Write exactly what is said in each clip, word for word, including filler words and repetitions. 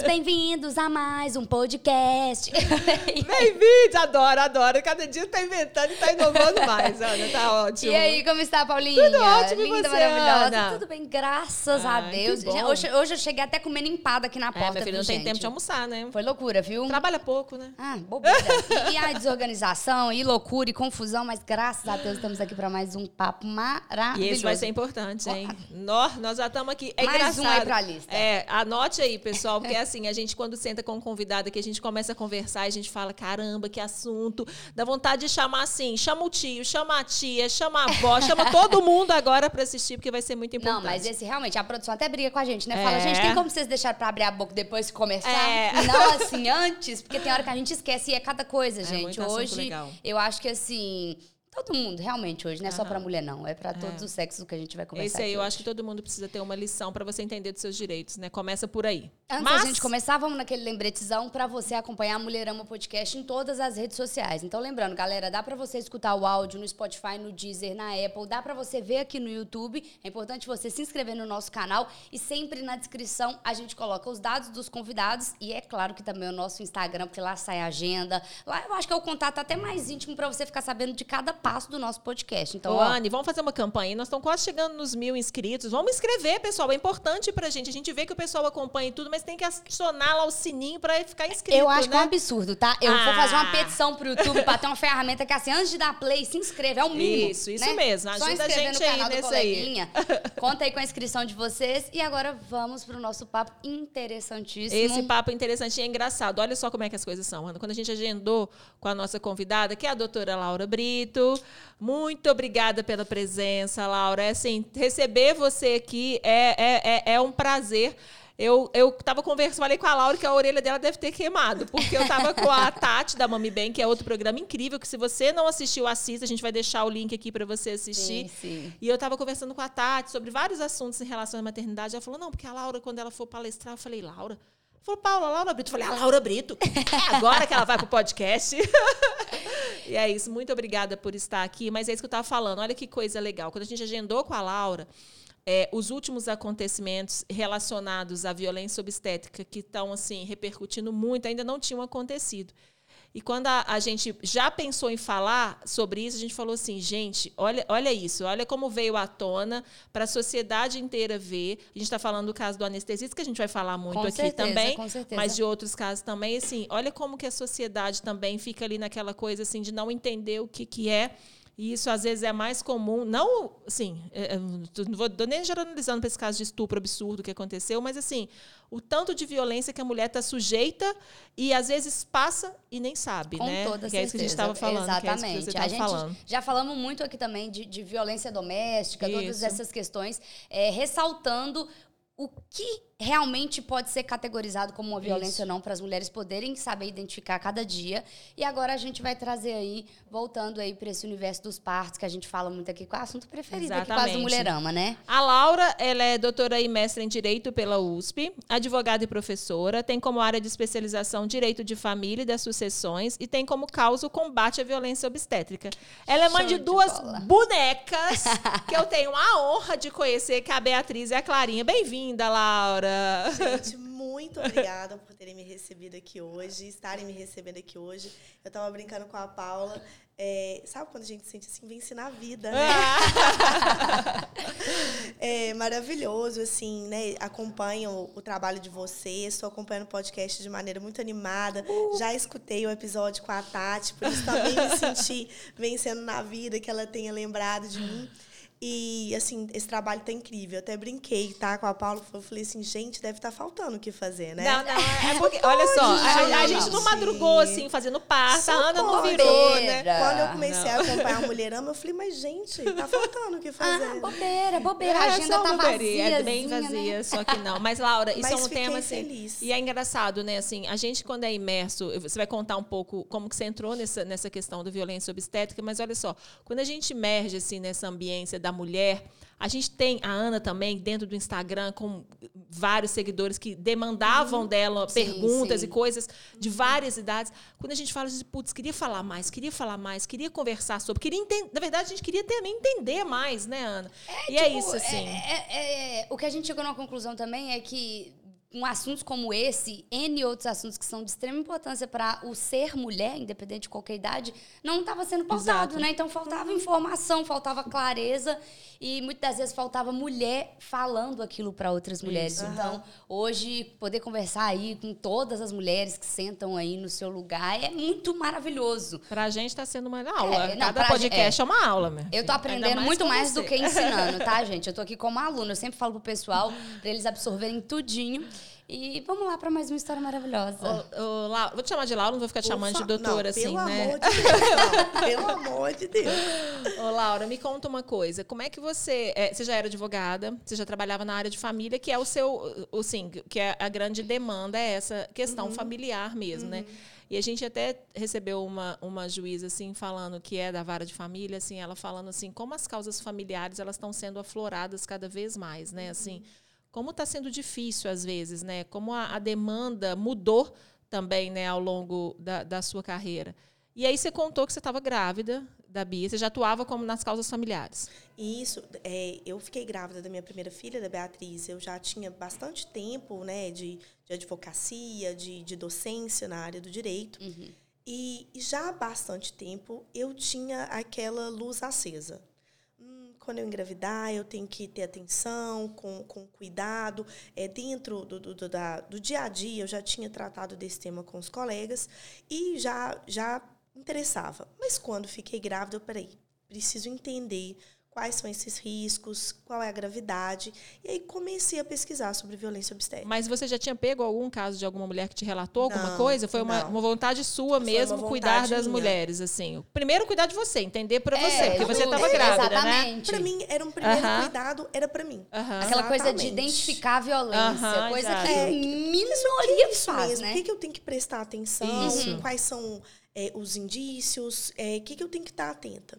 bem-vindos a mais um podcast. Bem-vindos, adoro, adoro. Cada dia tá inventando e tá inovando mais, Ana, tá ótimo. E aí, como está, Paulinha? Tudo ótimo, Linda, e você, maravilhosa. Ana? Tudo bem, graças Ah, a Deus. que bom. Hoje, hoje eu cheguei até comendo empada aqui na É, porta. minha filha, viu, não tem gente? tempo de almoçar, né? Foi loucura, viu? Trabalha pouco, né? Ah, bobeira. E, e a desorganização, e loucura, e confusão, mas graças a Deus estamos aqui para mais um papo maravilhoso. E esse vai ser importante, hein? Nós, nós já estamos aqui. É Mais engraçado. um aí pra lista. É, anote aí, pessoal, porque assim, a gente quando senta com um convidado aqui, a gente começa a conversar e a gente fala, caramba, que assunto. Dá vontade de chamar assim, chama o tio, chama a tia, chama a avó, chama todo mundo agora para assistir, porque vai ser muito importante. Não, mas esse realmente, a produção até briga com a gente, né? Fala, É. gente, tem como vocês deixarem pra abrir a boca depois de começar? É. Não assim, antes, porque tem hora que a gente esquece e é cada coisa, gente. muito assunto Hoje, legal. eu acho que assim, todo mundo, realmente, hoje, não é só Aham. pra mulher, não. É pra todos É. os sexos que a gente vai conversar Esse aí, aqui eu hoje. acho que todo mundo precisa ter uma lição para você entender dos seus direitos, né? Começa por aí. Antes Mas da gente começar, vamos naquele lembretezão pra você acompanhar a Mulherama Podcast em todas as redes sociais. Então, lembrando, galera, dá pra você escutar o áudio no Spotify, no Deezer, na Apple, dá pra você ver aqui no YouTube. É importante você se inscrever no nosso canal e sempre na descrição a gente coloca os dados dos convidados e é claro que também o nosso Instagram, porque lá sai a agenda. Lá eu acho que é o contato até mais íntimo pra você ficar sabendo de cada passo do nosso podcast. Então, Ô, ó, Anne, vamos fazer uma campanha. Nós estamos quase chegando nos mil inscritos. Vamos inscrever, pessoal. É importante pra gente. A gente vê que o pessoal acompanha e tudo, mas tem que acionar lá o sininho pra ficar inscrito, eu acho né? que é um absurdo, tá? Eu Ah. vou fazer uma petição pro YouTube pra ter uma ferramenta que, assim, antes de dar play, se inscreva. É o mínimo. Isso, isso né? mesmo. Só Ajuda a inscrever gente no aí canal do nesse aí. coleguinha. Conta aí com a inscrição de vocês. E agora vamos pro nosso papo interessantíssimo. Esse papo interessante e é engraçado. Olha só como é que as coisas são, Ana. Quando a gente agendou com a nossa convidada, que é a doutora Laura Brito, muito obrigada pela presença, Laura. É assim, receber você aqui é, é, é, é um prazer. Eu, eu tava conversando, falei com a Laura que a orelha dela deve ter queimado, porque eu tava com a Tati da Mami Bem, que é outro programa incrível, que se você não assistiu, assista, a gente vai deixar o link aqui para você assistir. Sim, sim. E eu tava conversando com a Tati sobre vários assuntos em relação à maternidade. Ela falou, não, porque a Laura, quando ela for palestrar, eu falei, Laura? Ela falou, Paula, Laura Brito. Eu falei, a Laura Brito? É agora que ela vai pro podcast. E é isso, muito obrigada por estar aqui, mas é isso que eu tava falando, olha que coisa legal. Quando a gente agendou com a Laura, É, os últimos acontecimentos relacionados à violência obstétrica que estão assim repercutindo muito ainda não tinham acontecido. E quando a, a gente já pensou em falar sobre isso, a gente falou assim, gente, olha, olha isso, olha como veio à tona para a sociedade inteira ver. A gente está falando do caso do anestesista, que a gente vai falar muito Com aqui certeza, também, com certeza. mas de outros casos também. Assim, olha como que a sociedade também fica ali naquela coisa assim de não entender o que, que é. E isso, às vezes, é mais comum. Não, assim, é, não vou nem generalizando para esse caso de estupro absurdo que aconteceu, mas, assim, o tanto de violência que a mulher está sujeita e, às vezes, passa e nem sabe, Com né? toda que é isso que a gente certeza. estava falando. Exatamente. Que é isso que você a estava gente falando. já falamos muito aqui também de, de violência doméstica, todas Isso. essas questões, é, ressaltando o que realmente pode ser categorizado como uma violência Isso. ou não, para as mulheres poderem saber identificar cada dia. E agora a gente vai trazer aí, voltando aí para esse universo dos partos, que a gente fala muito aqui, qual é o assunto preferido aqui quase do Exatamente. Mulherama, né? A Laura, ela é doutora e mestre em Direito pela U S P, advogada e professora, tem como área de especialização Direito de Família e das Sucessões e tem como causa o combate à violência obstétrica. Ela é mãe Show de de duas bola. bonecas que eu tenho a honra de conhecer, que é a Beatriz e a Clarinha. Bem-vinda, Laura! Gente, muito obrigada por terem me recebido aqui hoje, estarem me recebendo aqui hoje. Eu tava brincando com a Paula. É, sabe quando a gente sente assim, vence na vida, né? É maravilhoso, assim, né? Acompanho o trabalho de vocês, estou acompanhando o podcast de maneira muito animada. Uh. Já escutei o episódio com a Tati, por isso também me senti vencendo na vida, que ela tenha lembrado de mim. E, assim, esse trabalho tá incrível. Eu até brinquei, tá? Com a Paula. Eu falei assim, gente, deve estar faltando o que fazer, né? Não, não, é porque, olha só, a, a não, gente não, não madrugou, assim, fazendo parto. A Ana não Socorro. virou, né? Bobeira. Quando eu comecei Não. a acompanhar a Mulherama, eu falei, mas, gente, tá faltando o que fazer. Ah, bobeira, bobeira. A É, agenda só tá boberia, vazia. é bem vazia, só que não. Mas, Laura, isso Mas é um fiquei tema assim. feliz. E é engraçado, né? Assim, a gente, quando é imerso, você vai contar um pouco como que você entrou nessa, nessa questão da violência obstétrica, mas olha só, quando a gente emerge assim, nessa ambiência da mulher, a gente tem a Ana também dentro do Instagram com vários seguidores que demandavam dela Sim, perguntas sim. e coisas de várias idades. Quando a gente fala de, putz, queria falar mais, queria falar mais, queria conversar sobre, queria entender, na verdade, a gente queria também entender mais, né, Ana? É, e é tipo, isso, assim. é- é- é- o que a gente chegou numa conclusão também é que com assuntos como esse, N outros assuntos que são de extrema importância para o ser mulher, independente de qualquer idade, não estava sendo pautado, Exato. né? Então faltava informação, faltava clareza e muitas vezes faltava mulher falando aquilo para outras mulheres. Isso. Então, Uhum. hoje, poder conversar aí com todas as mulheres que sentam aí no seu lugar é muito maravilhoso. Pra gente tá sendo uma aula. É, não, Cada pra podcast é. é uma aula, meu. Eu tô aprendendo muito mais do que ensinando, tá, gente? Eu tô aqui como aluna. Eu sempre falo pro pessoal pra eles absorverem tudinho. E vamos lá pra mais uma história maravilhosa. Ô, ô, Laura, vou te chamar de Laura, não vou ficar te chamando de doutora, não, assim, pelo né? Amor de Deus, não, pelo amor de Deus. Ô, Laura, me conta uma coisa. Como é que você... É, você já era advogada, você já trabalhava na área de família, que é o seu... O, sim, que é a grande demanda, é essa questão uhum. familiar mesmo, uhum. né? E a gente até recebeu uma, uma juíza, assim, falando que é da vara de família, assim, ela falando, assim, como as causas familiares, elas estão sendo afloradas cada vez mais, né? Assim... Uhum. Como está sendo difícil, às vezes, né? Como a, a demanda mudou também, né, ao longo da, da sua carreira. E aí você contou que você estava grávida da Bia, você já atuava como nas causas familiares. Isso, é, eu fiquei grávida da minha primeira filha, da Beatriz. Eu já tinha bastante tempo, né, de, de advocacia, de, de docência na área do direito. Uhum. E, e já há bastante tempo eu tinha aquela luz acesa. Quando eu engravidar, eu tenho que ter atenção, com, com cuidado. É, dentro do, do, do, da, do dia a dia, eu já tinha tratado desse tema com os colegas e já, já interessava. Mas quando fiquei grávida, eu, peraí, preciso entender quais são esses riscos, qual é a gravidade. E aí comecei a pesquisar sobre violência obstétrica. Mas você já tinha pego algum caso de alguma mulher que te relatou alguma não, coisa? Foi uma, uma vontade sua Foi mesmo cuidar das minha. mulheres, assim? Primeiro cuidar de você, entender para é, você, porque você estava é, grávida, exatamente. né? Para mim, era um primeiro uh-huh. cuidado, era para mim. Uh-huh. Aquela exatamente. coisa de identificar a violência, uh-huh, coisa exato. que é, minoria que faz, mesmo. né? O que, que eu tenho que prestar atenção? Isso. Quais são é, os indícios? O é, que, que eu tenho que estar atenta?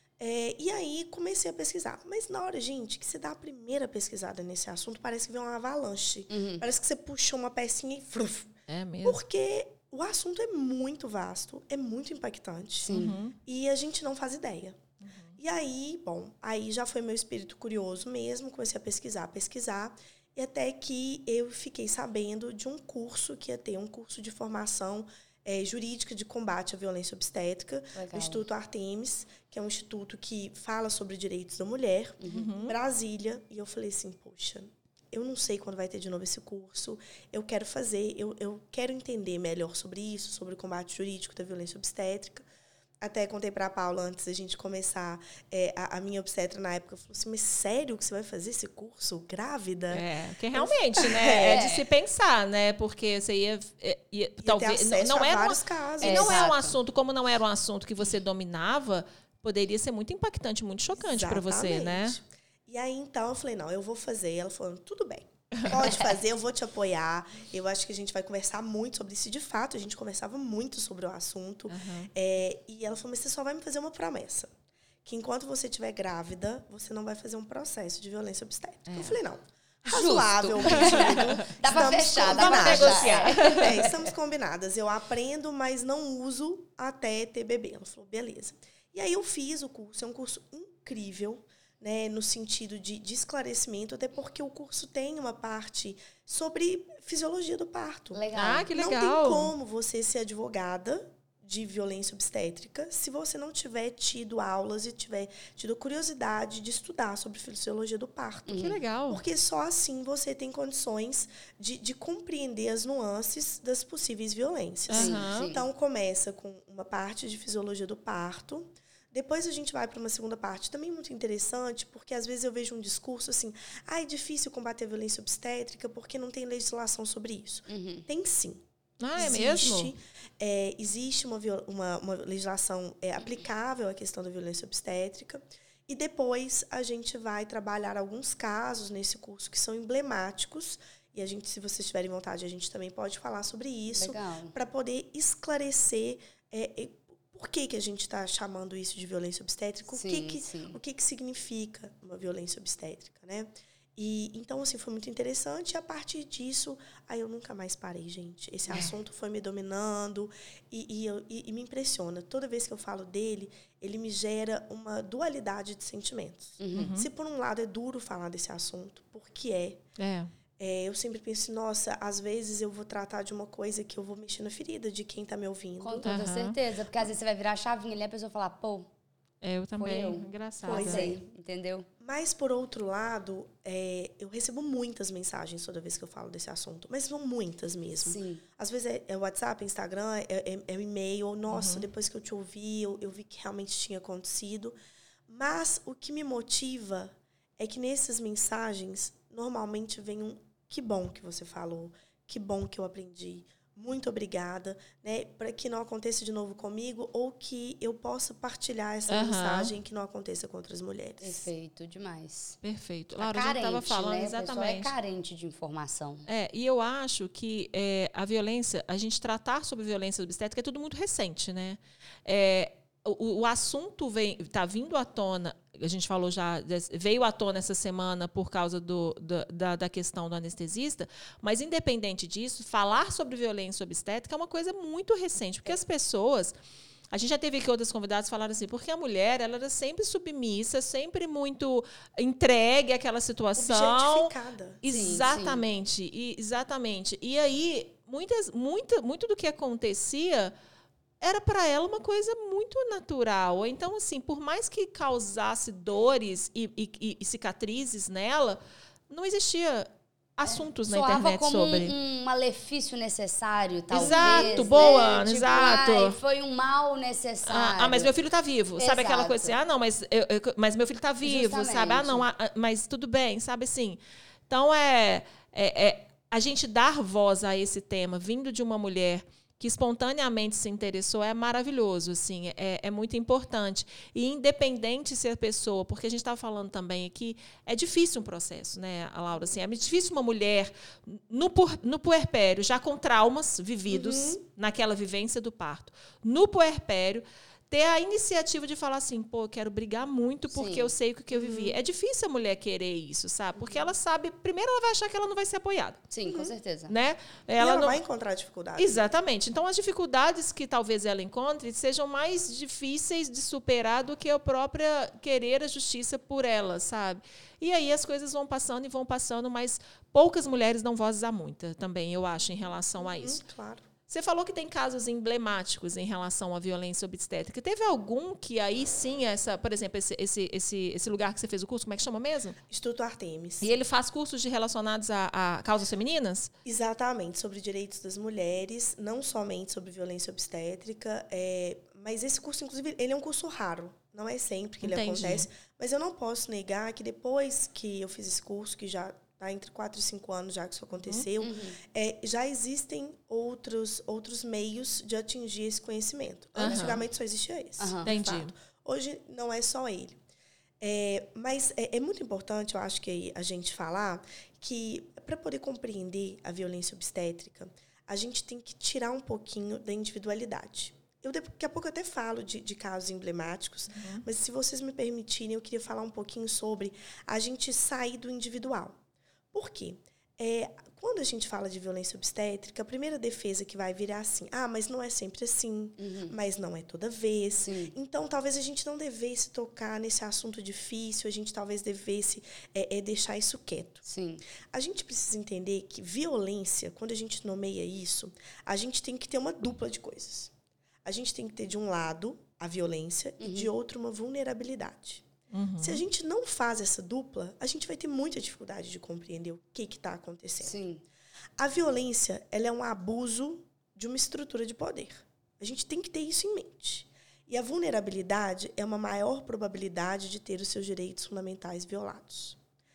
É, e aí, comecei a pesquisar. Mas na hora, gente, que você dá a primeira pesquisada nesse assunto, parece que vem uma avalanche. Uhum. Parece que você puxou uma pecinha e... Fruf. É mesmo? Porque o assunto é muito vasto, é muito impactante. Sim. Uhum. E a gente não faz ideia. Uhum. E aí, bom, aí já foi meu espírito curioso mesmo, comecei a pesquisar, pesquisar. E até que eu fiquei sabendo de um curso que ia ter, um curso de formação É, jurídica de combate à violência obstétrica, do Instituto Artemis, que é um instituto que fala sobre direitos da mulher, uhum. em Brasília. E eu falei assim, poxa, eu não sei quando vai ter de novo esse curso, eu quero fazer, eu, eu quero entender melhor sobre isso, sobre o combate jurídico da violência obstétrica. Até contei para a Paula antes da gente começar, é, a, a minha obstetra na época falou assim, mas sério que você vai fazer esse curso grávida? É, porque realmente, né, é de se pensar, né, porque você ia, ia, ia talvez não, não a era vários um, casos. E não é, é um assunto, como não era um assunto que você dominava, poderia ser muito impactante, muito chocante para você, né? E aí, então, eu falei, não, eu vou fazer. Ela falou, tudo bem. Pode fazer, eu vou te apoiar. Eu acho que a gente vai conversar muito sobre isso. De fato, a gente conversava muito sobre o assunto. Uhum. É, e ela falou, mas você só vai me fazer uma promessa. Que enquanto você estiver grávida, você não vai fazer um processo de violência obstétrica. É. Eu falei, não. Razoável pedido. Dá pra fechar, dá pra negociar. É, estamos combinadas. Eu aprendo, mas não uso até ter bebê. Ela falou, beleza. E aí eu fiz o curso. É um curso incrível. Né, no sentido de, de esclarecimento, até porque o curso tem uma parte sobre fisiologia do parto. Legal. Ah, que legal. Não tem como você ser advogada de violência obstétrica se você não tiver tido aulas e tiver tido curiosidade de estudar sobre fisiologia do parto. Que legal. Porque só assim você tem condições de, de compreender as nuances das possíveis violências. Uhum. Então, começa com uma parte de fisiologia do parto. Depois a gente vai para uma segunda parte, também muito interessante, porque às vezes eu vejo um discurso assim, ah, é difícil combater a violência obstétrica porque não tem legislação sobre isso. Uhum. Tem sim. Ah, é existe, mesmo? É, existe uma, uma, uma legislação é, aplicável à questão da violência obstétrica. E depois a gente vai trabalhar alguns casos nesse curso que são emblemáticos. E a gente, se vocês tiverem vontade, a gente também pode falar sobre isso. Para poder esclarecer é, por que, que a gente está chamando isso de violência obstétrica, sim, o, que, que, o que, que significa uma violência obstétrica, né? E, então, assim, foi muito interessante. E, a partir disso, aí eu nunca mais parei, gente. Esse é. assunto foi me dominando e, e, eu, e, e me impressiona. Toda vez que eu falo dele, ele me gera uma dualidade de sentimentos. Uhum. Se, por um lado, é duro falar desse assunto, porque é. É. É, eu sempre penso, nossa, às vezes eu vou tratar de uma coisa que eu vou mexer na ferida de quem tá me ouvindo. Com toda uhum. certeza, porque às vezes você vai virar a chavinha ali e a pessoa falar, pô, é, eu também, eu. engraçado. Pois é, entendeu? Mas, por outro lado, é, eu recebo muitas mensagens toda vez que eu falo desse assunto. Mas são muitas mesmo. Sim. Às vezes é, é WhatsApp, Instagram, é, é, é e-mail. Nossa, uhum. depois que eu te ouvi, eu, eu vi que realmente tinha acontecido. Mas o que me motiva é que nessas mensagens, normalmente vem um que bom que você falou, que bom que eu aprendi. Muito obrigada, né? Para que não aconteça de novo comigo ou que eu possa partilhar essa uhum. mensagem que não aconteça com outras mulheres. Perfeito, demais. Perfeito. Tá Laura, carente, a gente estava falando né? exatamente. A é carente de informação. É, e eu acho que é, a violência, a gente tratar sobre violência obstétrica é tudo muito recente, né? É, o, o assunto está vindo à tona. A gente falou já, veio à tona essa semana por causa do, da, da questão do anestesista, mas, independente disso, falar sobre violência obstétrica é uma coisa muito recente, porque as pessoas... A gente já teve aqui outras convidadas que falaram assim, porque a mulher ela era sempre submissa, sempre muito entregue àquela situação. Objetificada. Exatamente, sim, sim. E, exatamente. E aí, muitas, muita, muito do que acontecia... era para ela uma coisa muito natural. Então, assim, por mais que causasse dores e, e, e cicatrizes nela, não existia assuntos é, na internet como sobre. Um, um malefício necessário, talvez. Exato, boa, né? Tipo, exato. Ai, foi um mal necessário. Ah, ah, mas meu filho está vivo. Exato. Sabe aquela coisa assim, ah, não, mas, eu, eu, mas meu filho está vivo, Justamente. sabe? Ah, não, ah, mas tudo bem, sabe assim. Então, é, é, é a gente dar voz a esse tema, vindo de uma mulher que espontaneamente se interessou, é maravilhoso, assim, é, é muito importante. E independente se a pessoa... Porque a gente estava falando também aqui, é difícil um processo, né, Laura? Assim, é difícil uma mulher, no, no puerpério, já com traumas vividos, uhum. naquela vivência do parto, no puerpério, ter a iniciativa de falar assim, pô, eu quero brigar muito porque Sim. eu sei o que eu vivi. Uhum. É difícil a mulher querer isso, sabe? Porque ela sabe... Primeiro, ela vai achar que ela não vai ser apoiada. Sim, uhum. com certeza. Né? Ela, e ela não... vai encontrar dificuldades. Exatamente. Então, as dificuldades que talvez ela encontre sejam mais difíceis de superar do que a própria querer a justiça por ela, sabe? E aí as coisas vão passando e vão passando, mas poucas mulheres dão vozes a muita também, eu acho, em relação a isso. Uhum, claro. Você falou que tem casos emblemáticos em relação à violência obstétrica. Teve algum que aí sim, essa, por exemplo, esse, esse, esse, esse lugar que você fez o curso, como é que chama mesmo? Instituto Artemis. E ele faz cursos de relacionados a, a causas femininas? Exatamente, sobre direitos das mulheres, não somente sobre violência obstétrica, é, mas esse curso, inclusive, ele é um curso raro. Não é sempre que ele Entendi. acontece. Mas eu não posso negar que depois que eu fiz esse curso, que já... Tá, entre quatro e cinco anos já que isso aconteceu, uhum. é, já existem outros, outros meios de atingir esse conhecimento. Uhum. Antigamente só existia esse. Uhum. Entendi. Fato. Hoje não é só ele. É, mas é, é muito importante, eu acho que a gente falar que para poder compreender a violência obstétrica, a gente tem que tirar um pouquinho da individualidade. Eu, daqui a pouco eu até falo de, de casos emblemáticos, uhum. mas se vocês me permitirem, eu queria falar um pouquinho sobre a gente sair do individual. Por quê? É, quando a gente fala de violência obstétrica, a primeira defesa que vai virar assim, ah, mas não é sempre assim, uhum. mas não é toda vez. Sim. Então, talvez a gente não devesse tocar nesse assunto difícil, a gente talvez devesse é, é deixar isso quieto. Sim. A gente precisa entender que violência, quando a gente nomeia isso, a gente tem que ter uma dupla de coisas. A gente tem que ter, de um lado, a violência uhum. e, de outro, uma vulnerabilidade. Uhum. Se a gente não faz essa dupla, a gente vai ter muita dificuldade de compreender o que está acontecendo. Sim. A violência, ela é um abuso de uma estrutura de poder. A gente tem que ter isso em mente. E a vulnerabilidade é uma maior probabilidade de ter os seus direitos fundamentais violados.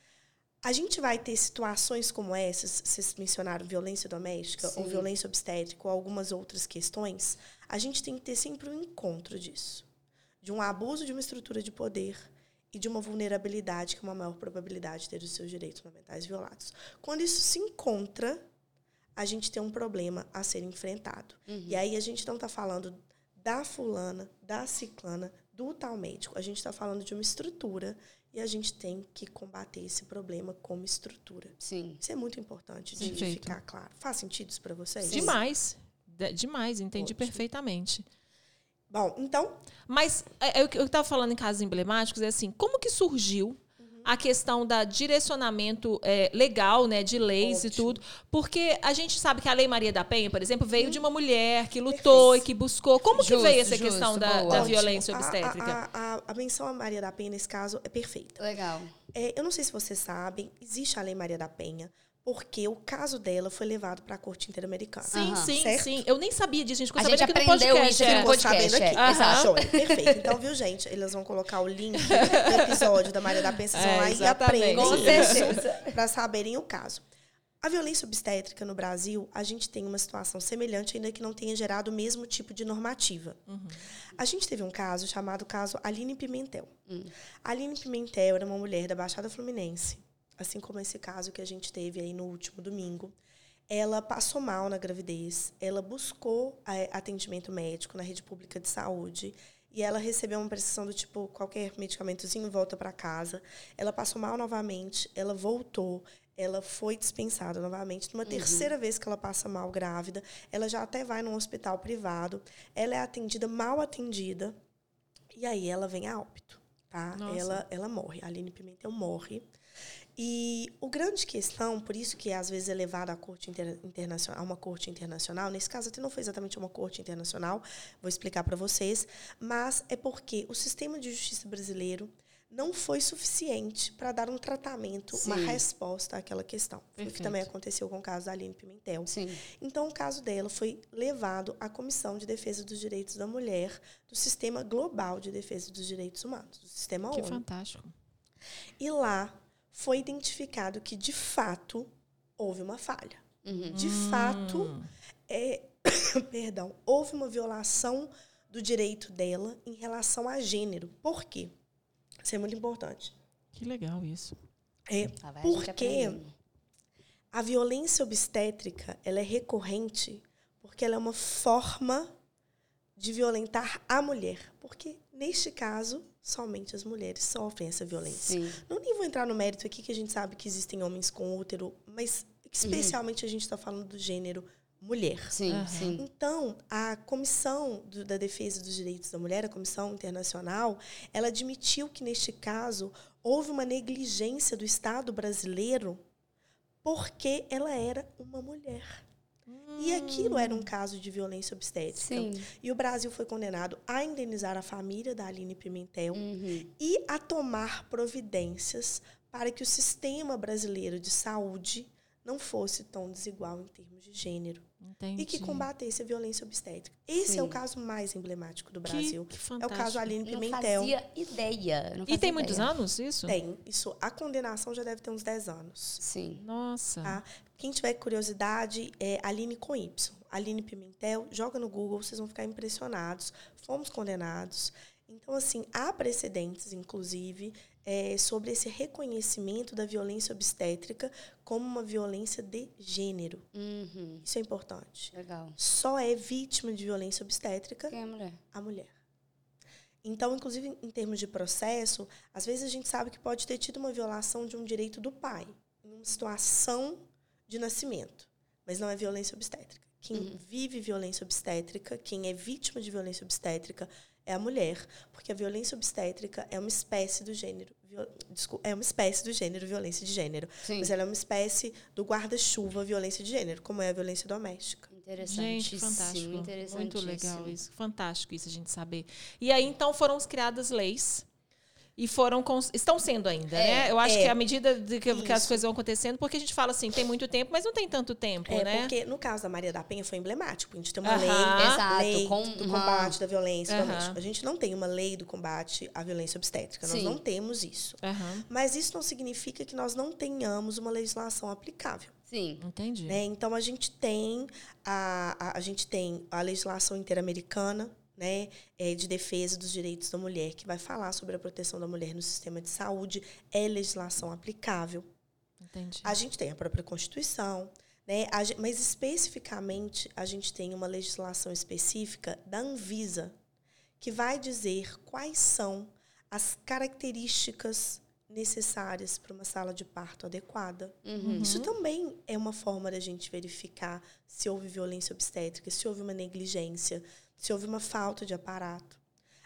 A gente vai ter situações como essas, vocês mencionaram violência doméstica, Sim. ou violência obstétrica, ou algumas outras questões, a gente tem que ter sempre um encontro disso. De um abuso de uma estrutura de poder e de uma vulnerabilidade, que é uma maior probabilidade de ter os seus direitos fundamentais violados. Quando isso se encontra, a gente tem um problema a ser enfrentado. Uhum. E aí a gente não está falando da fulana, da ciclana, do tal médico. A gente está falando de uma estrutura e a gente tem que combater esse problema como estrutura. Sim. Isso é muito importante de, de ficar claro. Faz sentido isso para vocês? Sim. Demais. De- demais, entendi Ótimo. perfeitamente. Bom, então... Mas é, é, o que eu estava falando em casos emblemáticos é assim, como que surgiu, uhum. a questão da direcionamento é, legal, né, de leis Ótimo. e tudo, porque a gente sabe que a Lei Maria da Penha, por exemplo, veio hum. de uma mulher que lutou Perfeito. e que buscou. Como justo, que veio essa justo, questão da, da violência obstétrica? A, a, a, a menção à Maria da Penha, nesse caso, é perfeita. Legal. É, eu não sei se vocês sabem, existe a Lei Maria da Penha, porque o caso dela foi levado para a Corte Interamericana. Sim, uhum. sim, certo? sim. Eu nem sabia disso, a gente ficou a sabendo gente aqui no aprendeu podcast. Isso aqui no podcast, sabendo aqui. É. Exato. Uhum. Perfeito. Então, viu, gente? Eles vão colocar o link do episódio da Maria da Penha, vocês vão é, lá exatamente. e aprendem Com certeza. para saberem o caso. A violência obstétrica no Brasil, a gente tem uma situação semelhante, ainda que não tenha gerado o mesmo tipo de normativa. Uhum. A gente teve um caso chamado caso Aline Pimentel. Uhum. A Aline Pimentel era uma mulher da Baixada Fluminense, assim como esse caso que a gente teve aí no último domingo. Ela passou mal na gravidez, ela buscou atendimento médico na rede pública de saúde e ela recebeu uma prescrição do tipo, qualquer medicamentozinho, volta para casa. Ela passou mal novamente, ela voltou, ela foi dispensada novamente. Numa uhum. terceira vez que ela passa mal grávida, ela já até vai num hospital privado, ela é atendida, mal atendida, e aí ela vem a óbito, tá? Ela, ela morre, a Aline Pimentel morre. E o grande questão, por isso que às vezes é levado à corte inter, internacional, a uma corte internacional, nesse caso até não foi exatamente uma corte internacional, vou explicar para vocês, mas é porque o sistema de justiça brasileiro não foi suficiente para dar um tratamento, Sim. uma resposta àquela questão. Perfeito. Foi o que também aconteceu com o caso da Aline Pimentel. Sim. Então, o caso dela foi levado à Comissão de Defesa dos Direitos da Mulher do Sistema Global de Defesa dos Direitos Humanos, do Sistema ONU. Que fantástico. E lá foi identificado que, de fato, houve uma falha. Uhum. De hum. fato, é, perdão, houve uma violação do direito dela em relação a gênero. Por quê? Isso é muito importante. Que legal isso. É porque a violência obstétrica ela é recorrente porque ela é uma forma de violentar a mulher. Porque, neste caso, somente as mulheres sofrem essa violência. Sim. Não nem vou entrar no mérito aqui, que a gente sabe que existem homens com útero, mas especialmente uhum. a gente está falando do gênero mulher. Sim, uhum. sim. Então, a Comissão do, da Defesa dos Direitos da Mulher, a Comissão Internacional, ela admitiu que, neste caso, houve uma negligência do Estado brasileiro porque ela era uma mulher. Hum. E aquilo era um caso de violência obstétrica. Sim. E o Brasil foi condenado a indenizar a família da Aline Pimentel uhum. e a tomar providências para que o sistema brasileiro de saúde não fosse tão desigual em termos de gênero. Entendi. E que combatesse a violência obstétrica. Esse Sim. é o caso mais emblemático do Brasil. Que, que fantástico. É o caso Aline Pimentel. Não fazia ideia. Não fazia e tem ideia. muitos anos isso? Tem. Isso, a condenação já deve ter uns dez anos. Sim. Nossa. Tá? Quem tiver curiosidade, é Aline com Y. Aline Pimentel, joga no Google, vocês vão ficar impressionados. Fomos condenados. Então, assim, há precedentes, inclusive, é, sobre esse reconhecimento da violência obstétrica como uma violência de gênero. Uhum. Isso é importante. Legal. Só é vítima de violência obstétrica Quem é a mulher? A mulher. Então, inclusive, em termos de processo, às vezes a gente sabe que pode ter tido uma violação de um direito do pai, em uma situação de nascimento, mas não é violência obstétrica. Quem uhum. vive violência obstétrica, quem é vítima de violência obstétrica, é a mulher, porque a violência obstétrica é uma espécie do gênero, viol... Desculpa, é uma espécie do gênero violência de gênero, Sim. mas ela é uma espécie do guarda-chuva violência de gênero, como é a violência doméstica. Gente, fantástico, muito legal isso, fantástico isso a gente saber. E aí então foram criadas leis e foram estão sendo ainda, é, né? Eu acho é, que à medida de que, que as coisas vão acontecendo, porque a gente fala assim, tem muito tempo, mas não tem tanto tempo, é, né? Porque no caso da Maria da Penha foi emblemático. A gente tem uma uh-huh. lei, Exato, lei com, do uh-huh. combate da violência uh-huh. doméstica. A gente não tem uma lei do combate à violência obstétrica. Sim. Nós não temos isso. Uh-huh. Mas isso não significa que nós não tenhamos uma legislação aplicável. Sim, entendi. Né? Então a gente tem a, a, a gente tem a legislação interamericana, né, é, de defesa dos direitos da mulher, que vai falar sobre a proteção da mulher no sistema de saúde, é legislação aplicável. Entendi. A gente tem a própria Constituição, né, a, mas especificamente a gente tem uma legislação específica da Anvisa, que vai dizer quais são as características necessárias para uma sala de parto adequada. Uhum. Isso também é uma forma da gente verificar se houve violência obstétrica, se houve uma negligência, se houve uma falta de aparato.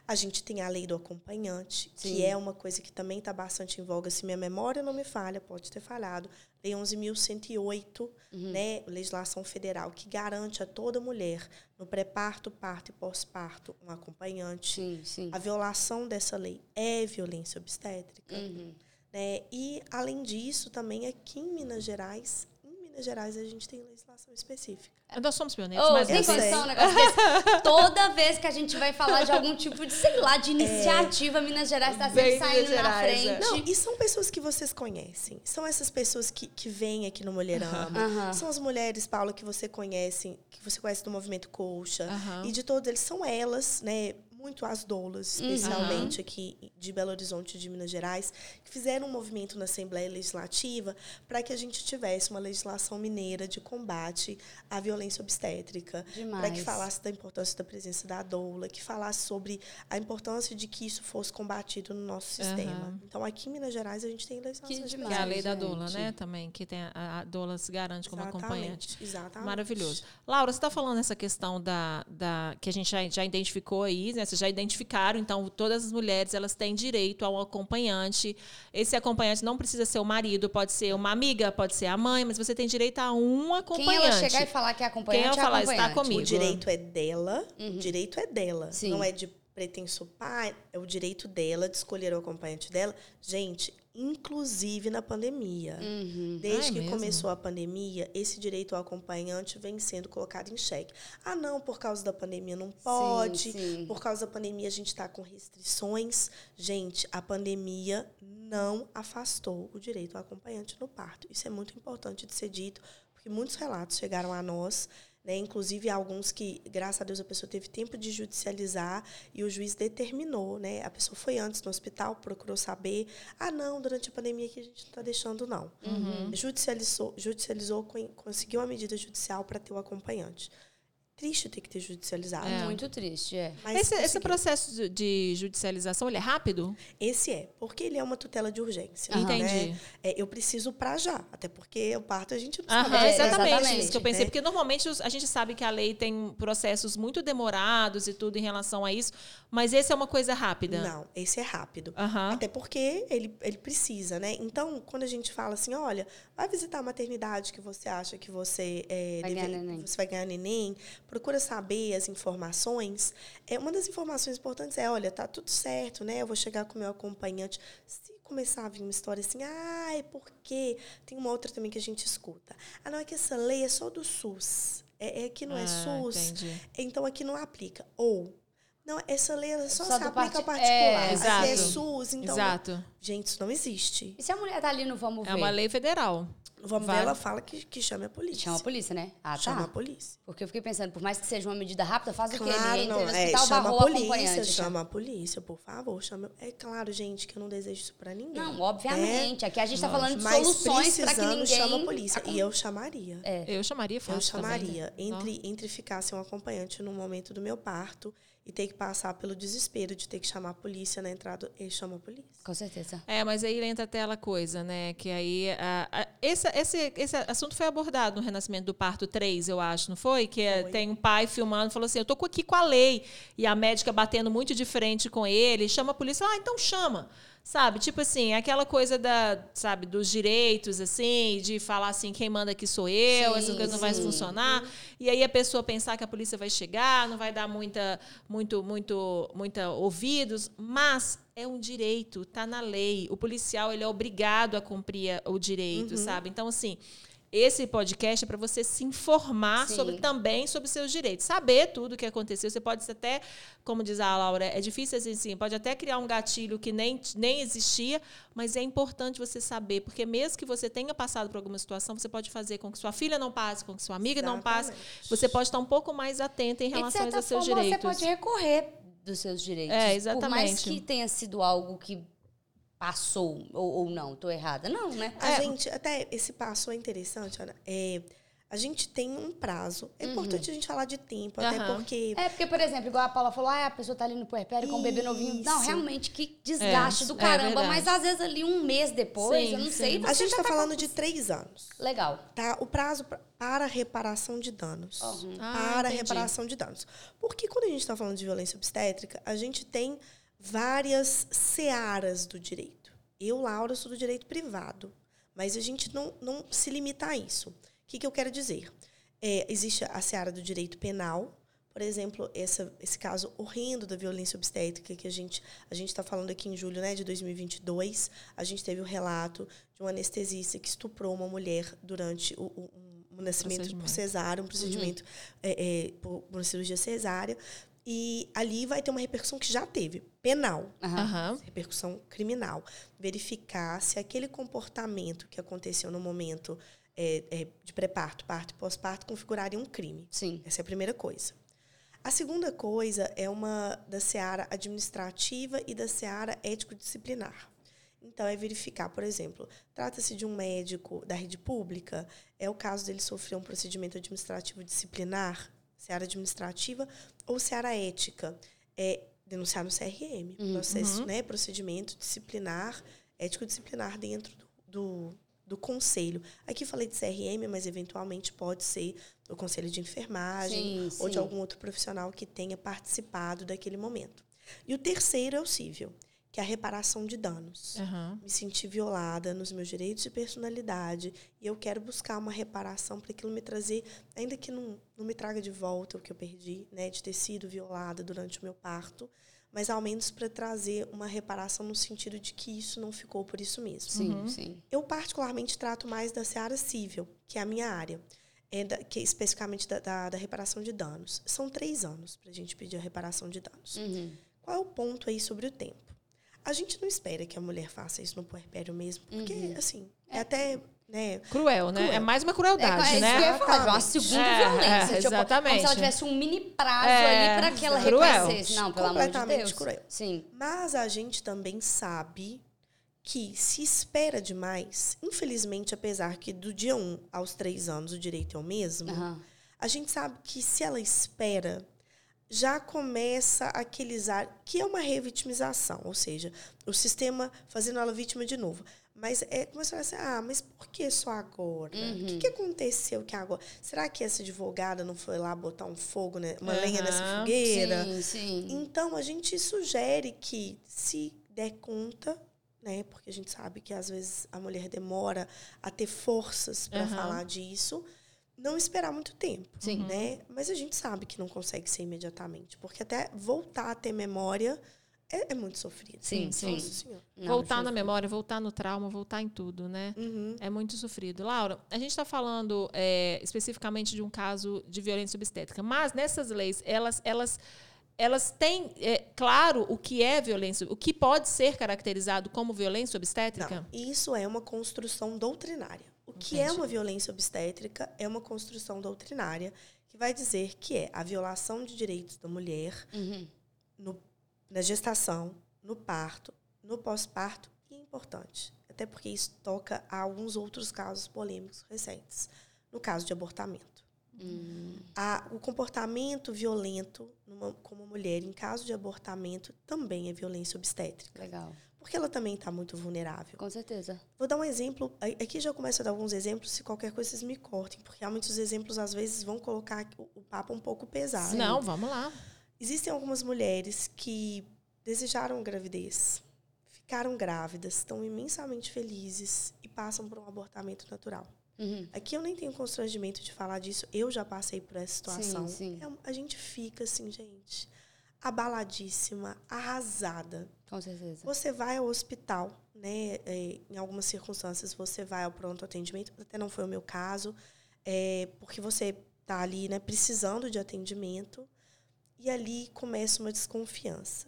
A gente tem a lei do acompanhante, Sim. que é uma coisa que também está bastante em voga. Se minha memória não me falha, pode ter falhado. Lei onze mil cento e oito, uhum. né, legislação federal, que garante a toda mulher, no pré-parto, parto e pós-parto, um acompanhante. Sim, sim. A violação dessa lei é violência obstétrica. Uhum. Né? E, além disso, também aqui em Minas Gerais, em Minas Gerais a gente tem legislação específica. Nós somos pioneiros, oh, mas tem condição um negócio desse. Toda vez que a gente vai falar de algum tipo de, sei lá, de iniciativa, é, Minas Gerais está sempre saindo Gerais, na frente. É. Não, e são pessoas que vocês conhecem. São essas pessoas que, que vêm aqui no Mulherama. Uhum. São as mulheres, Paula, que você conhece, que você conhece do movimento Colcha. Uhum. E de todos eles, são elas, né? Muito as doulas, especialmente uhum. aqui de Belo Horizonte e de Minas Gerais, que fizeram um movimento na Assembleia Legislativa para que a gente tivesse uma legislação mineira de combate à violência obstétrica, para que falasse da importância da presença da doula, que falasse sobre a importância de que isso fosse combatido no nosso sistema. Uhum. Então, aqui em Minas Gerais, a gente tem legislação que demais, é a lei da doula, né? Também, que tem a, a doula se garante como exatamente, acompanhante. Exatamente. Maravilhoso. Laura, você está falando essa questão da, da que a gente já, já identificou aí, né? Vocês já identificaram, então, todas as mulheres, elas têm direito a um acompanhante. Esse acompanhante não precisa ser o marido, pode ser uma amiga, pode ser a mãe, mas você tem direito a um acompanhante. Quem ela chegar e falar que é acompanhante, Quem ela é falar, acompanhante. está comigo. O direito é dela, uhum. o direito é dela. Sim. Não é de pretenso pai, é o direito dela de escolher o acompanhante dela. Gente, inclusive na pandemia. Uhum. Desde ah, é que mesmo? começou a pandemia, esse direito ao acompanhante vem sendo colocado em xeque. Ah, não, por causa da pandemia não pode. Sim, sim. Por causa da pandemia a gente está com restrições. Gente, a pandemia não afastou o direito ao acompanhante no parto. Isso é muito importante de ser dito, porque muitos relatos chegaram a nós, né, inclusive alguns que, graças a Deus, a pessoa teve tempo de judicializar e o juiz determinou, né? A pessoa foi antes no hospital, procurou saber. Ah, não, durante a pandemia aqui a gente não está deixando, não. Uhum. Judicializou, judicializou, conseguiu uma medida judicial para ter o acompanhante. Triste ter que ter judicializado. É muito triste, é. Mas esse, esse processo de, de judicialização, ele é rápido? Esse é, porque ele é uma tutela de urgência. Uhum. Entendi. Né? É, eu preciso para já, até porque o parto a gente não sabe. Uhum, é, exatamente, exatamente, isso que eu pensei. né? Porque normalmente a gente sabe que a lei tem processos muito demorados e tudo em relação a isso, mas esse é uma coisa rápida. Não, esse é rápido. Uhum. Até porque ele, ele precisa, né? Então, quando a gente fala assim, olha, vai visitar a maternidade que você acha que você, é, vai, deve, ganhar neném. você vai ganhar neném, procura saber as informações. É, uma das informações importantes é, olha, tá tudo certo, né? Eu vou chegar com o meu acompanhante. Se começar a vir uma história assim, ah, é porque... Tem uma outra também que a gente escuta. Ah, não, é que essa lei é só do SUS. É, é que não é ah, SUS, entendi. Então aqui não aplica. Ou... Não, essa lei só, só se aplica part... ao particular. É, exato. É SUS, então... Exato. Gente, isso não existe. E se a mulher tá ali no Vamos Ver? É uma lei federal. No Vamos Vai. Ver, ela fala que, que chame a polícia. Chama a polícia, né? Ah, tá. Chama a polícia. Porque eu fiquei pensando, por mais que seja uma medida rápida, faz Claro, o quê? Ninguém não. entra no É, hospital, chama barrou a o polícia, acompanhante. chama a polícia, por favor. Chama... É claro, gente, que eu não desejo isso pra ninguém. Não, obviamente. É? Aqui a gente tá falando de Mas soluções para que precisando, ninguém... chama a polícia. E eu chamaria. É. Eu chamaria fácil Eu chamaria. também. Entre, entre ficar sem um acompanhante no momento do meu parto e ter que passar pelo desespero de ter que chamar a polícia na entrada, eu chamo a polícia. Com certeza. É, mas aí entra até aquela coisa, né? Que aí... A, a, esse, esse, esse assunto foi abordado no Renascimento do Parto três, eu acho, não foi? Que Foi. tem um pai filmando e falou assim, eu tô aqui com a lei. E a médica batendo muito de frente com ele, chama a polícia. Ah, então chama. Sabe? Tipo assim, aquela coisa da, sabe, dos direitos, assim, de falar assim, quem manda aqui sou eu, Sim, essas coisas não vão sim. funcionar. E aí a pessoa pensar que a polícia vai chegar, não vai dar muita, muito, muito, muita ouvidos, mas é um direito, tá na lei. O policial, ele é obrigado a cumprir o direito, Uhum. sabe? Então, assim, esse podcast é para você se informar Sim. sobre, também sobre seus direitos. Saber tudo o que aconteceu. Você pode até, como diz a Laura, é difícil assim, sim, pode até criar um gatilho que nem, nem existia, mas é importante você saber, porque mesmo que você tenha passado por alguma situação, você pode fazer com que sua filha não passe, com que sua amiga não passe. Exatamente. Você pode estar um pouco mais atenta em E, de relação certa aos seus forma, direitos. você pode recorrer dos seus direitos. É, Por mais exatamente. que tenha sido algo que passou ou, ou não, tô errada. Não, né? A É. gente, até esse passo é interessante, Ana. É, a gente tem um prazo. É uhum. importante a gente falar de tempo, uhum. até porque... É, porque, por exemplo, igual a Paula falou, ah, a pessoa tá ali no puerpério com um bebê novinho. Não, realmente, que desgaste é, do caramba. É mas, às vezes, ali um mês depois, sim, eu não sim. sei. A gente tá, tá falando com... de três anos. Legal. Tá? O prazo para reparação de danos. Uhum. Ah, para entendi. reparação de danos. Porque quando a gente tá falando de violência obstétrica, a gente tem várias searas do direito. Eu, Laura, sou do direito privado. Mas a gente não, não se limita a isso. O que, que eu quero dizer? É, existe a seara do direito penal, por exemplo, essa, esse caso horrendo da violência obstétrica que a gente a gente está falando aqui em julho, né, de dois mil e vinte e dois. A gente teve o relato de um anestesista que estuprou uma mulher durante o, o um nascimento por cesárea, um procedimento uhum. é, é, por, por uma cirurgia cesárea. E ali vai ter uma repercussão que já teve, penal, uhum. repercussão criminal. Verificar se aquele comportamento que aconteceu no momento é, é, de pré-parto, parto e pós-parto configuraria um crime. Sim. Essa é a primeira coisa. A segunda coisa é uma da seara administrativa e da seara ético-disciplinar. Então, é verificar, por exemplo, trata-se de um médico da rede pública, é o caso dele sofrer um procedimento administrativo disciplinar, seara administrativa ou seara ética, é denunciar no C R M, uhum. processo, né, procedimento disciplinar, ético-disciplinar dentro do, do, do conselho. Aqui falei de C R M, mas eventualmente pode ser o conselho de enfermagem sim, ou sim. de algum outro profissional que tenha participado daquele momento. E o terceiro é o cível, que é a reparação de danos. Uhum. Me senti violada nos meus direitos de personalidade e eu quero buscar uma reparação para aquilo me trazer, ainda que não, não me traga de volta o que eu perdi, né, de ter sido violada durante o meu parto, mas ao menos para trazer uma reparação no sentido de que isso não ficou por isso mesmo. Sim, uhum. sim. Eu particularmente trato mais da seara cível, que é a minha área, é da, que é especificamente da, da, da reparação de danos. São três anos para a gente pedir a reparação de danos. Uhum. Qual é o ponto aí sobre o tempo? A gente não espera que a mulher faça isso no puerpério mesmo, porque, uhum. assim, é, é até... Né, cruel, né? Cruel. É mais uma crueldade, é, é né? Isso que eu ia falar, uma segunda é, violência. É, tipo, exatamente. como se ela tivesse um mini prazo é, ali para que ela cruel. reconhecesse. Não, pelo amor de Deus. Cruel. Sim. Mas a gente também sabe que se espera demais, infelizmente, apesar que do dia um aos três anos o direito é o mesmo, uhum. a gente sabe que se ela espera, já começa aqueles ar que é uma revitimização, ou seja, o sistema fazendo ela vítima de novo. Mas é começa a assim, ah, mas por que só agora? Uhum. O que, que aconteceu que agora? Será que essa advogada não foi lá botar um fogo, né, uma uhum. lenha nessa fogueira? Sim, sim. Então, a gente sugere que, se der conta, né, porque a gente sabe que, às vezes, a mulher demora a ter forças para uhum. falar disso, não esperar muito tempo. Sim. Né? Mas a gente sabe que não consegue ser imediatamente, porque até voltar a ter memória... É, é muito sofrido. Sim, sim. Não, voltar Jesus. na memória, voltar no trauma, voltar em tudo, né? Uhum. É muito sofrido. Laura, a gente está falando é, especificamente de um caso de violência obstétrica, mas nessas leis, elas, elas, elas têm, é, claro, o que é violência, o que pode ser caracterizado como violência obstétrica? Não, isso é uma construção doutrinária. O que Entendi. é uma violência obstétrica é uma construção doutrinária que vai dizer que é a violação de direitos da mulher uhum. no na gestação, no parto, no pós-parto, e é importante, até porque isso toca a alguns outros casos polêmicos recentes, no caso de abortamento. Hum. A, o comportamento violento numa, com uma mulher em caso de abortamento também é violência obstétrica. Legal. Porque ela também está muito vulnerável. Com certeza. Vou dar um exemplo, aqui já começo a dar alguns exemplos, se qualquer coisa vocês me cortem, porque há muitos exemplos, às vezes, vão colocar o, o papo um pouco pesado. Não, vamos lá. Existem algumas mulheres que desejaram gravidez, ficaram grávidas, estão imensamente felizes e passam por um abortamento natural. Uhum. Aqui eu nem tenho constrangimento de falar disso, eu já passei por essa situação. Sim, sim. É, a gente fica assim, gente, abaladíssima, arrasada. Com certeza. Você vai ao hospital, né? É, em algumas circunstâncias você vai ao pronto atendimento, até não foi o meu caso, é, porque você está ali, né, precisando de atendimento. E ali começa uma desconfiança.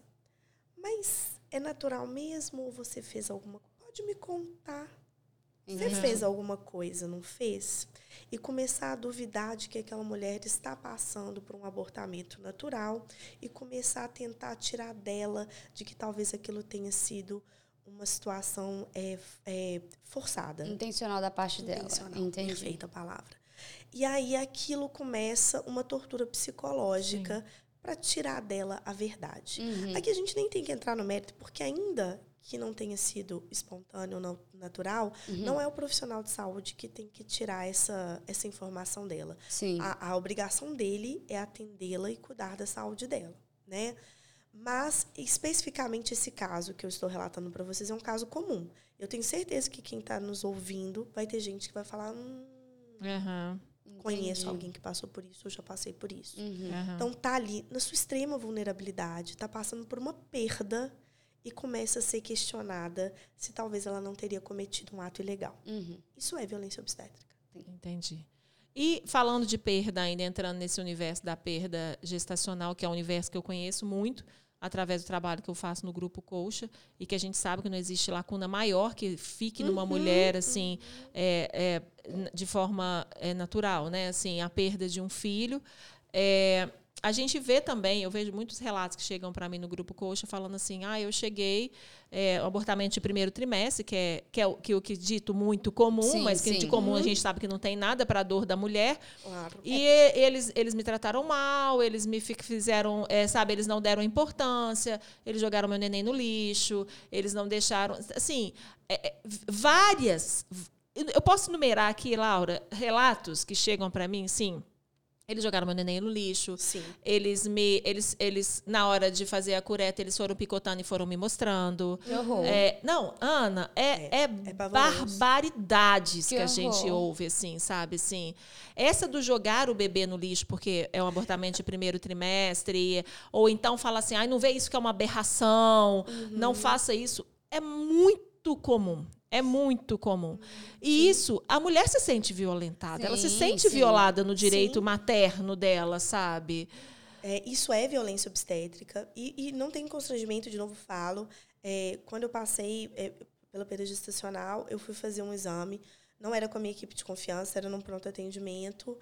Mas é natural mesmo ou você fez alguma coisa? Pode me contar. Uhum. Você fez alguma coisa, não fez? E começar a duvidar de que aquela mulher está passando por um abortamento natural e começar a tentar tirar dela de que talvez aquilo tenha sido uma situação é, é, forçada. Intencional da parte Intencional, dela. Entendi. Perfeita a palavra. E aí aquilo começa uma tortura psicológica para tirar dela a verdade. Uhum. Aqui a gente nem tem que entrar no mérito, porque ainda que não tenha sido espontâneo ou natural, uhum. não é o profissional de saúde que tem que tirar essa, essa informação dela. Sim. A, a obrigação dele é atendê-la e cuidar da saúde dela, né? Mas, especificamente, esse caso que eu estou relatando para vocês é um caso comum. Eu tenho certeza que quem está nos ouvindo vai ter gente que vai falar... Hum, uhum. Conheço alguém que passou por isso, eu já passei por isso. Uhum. Então, tá ali, na sua extrema vulnerabilidade, tá passando por uma perda e começa a ser questionada se talvez ela não teria cometido um ato ilegal. Uhum. Isso é violência obstétrica. Entendi. E falando de perda, ainda entrando nesse universo da perda gestacional, que é um universo que eu conheço muito, através do trabalho que eu faço no Grupo Colcha, e que a gente sabe que não existe lacuna maior que fique numa uhum, mulher assim, uhum. é, é, de forma é, natural, né? Assim, a perda de um filho. É, a gente vê também, eu vejo muitos relatos que chegam para mim no Grupo Colcha falando assim, ah, eu cheguei, é, o abortamento de primeiro trimestre, que é, que é o que, o que dito muito comum, sim, mas que sim. de comum uhum. a gente sabe que não tem nada para a dor da mulher. Claro. E é. eles, eles me trataram mal, eles me fizeram, é, sabe, eles não deram importância, eles jogaram meu neném no lixo, eles não deixaram, assim, é, é, várias... Eu posso enumerar aqui, Laura, relatos que chegam para mim, sim. Eles jogaram meu neném no lixo. Sim. Eles me, eles, eles na hora de fazer a cureta, eles foram picotando e foram me mostrando. Que horror. É, não, Ana, é, é, é, é barbaridades que, que a gente ouve, assim, sabe, assim. Essa do jogar o bebê no lixo porque é um abortamento de primeiro trimestre, ou então fala assim, ai, não vê isso que é uma aberração, uhum. não faça isso, é muito comum. É muito comum. E sim. isso, a mulher se sente violentada. Sim, ela se sente sim. violada no direito sim. materno dela, sabe? É, isso é violência obstétrica. E, e não tem constrangimento, de novo falo. É, quando eu passei é, pela perda gestacional, eu fui fazer um exame. Não era com a minha equipe de confiança, era num pronto atendimento.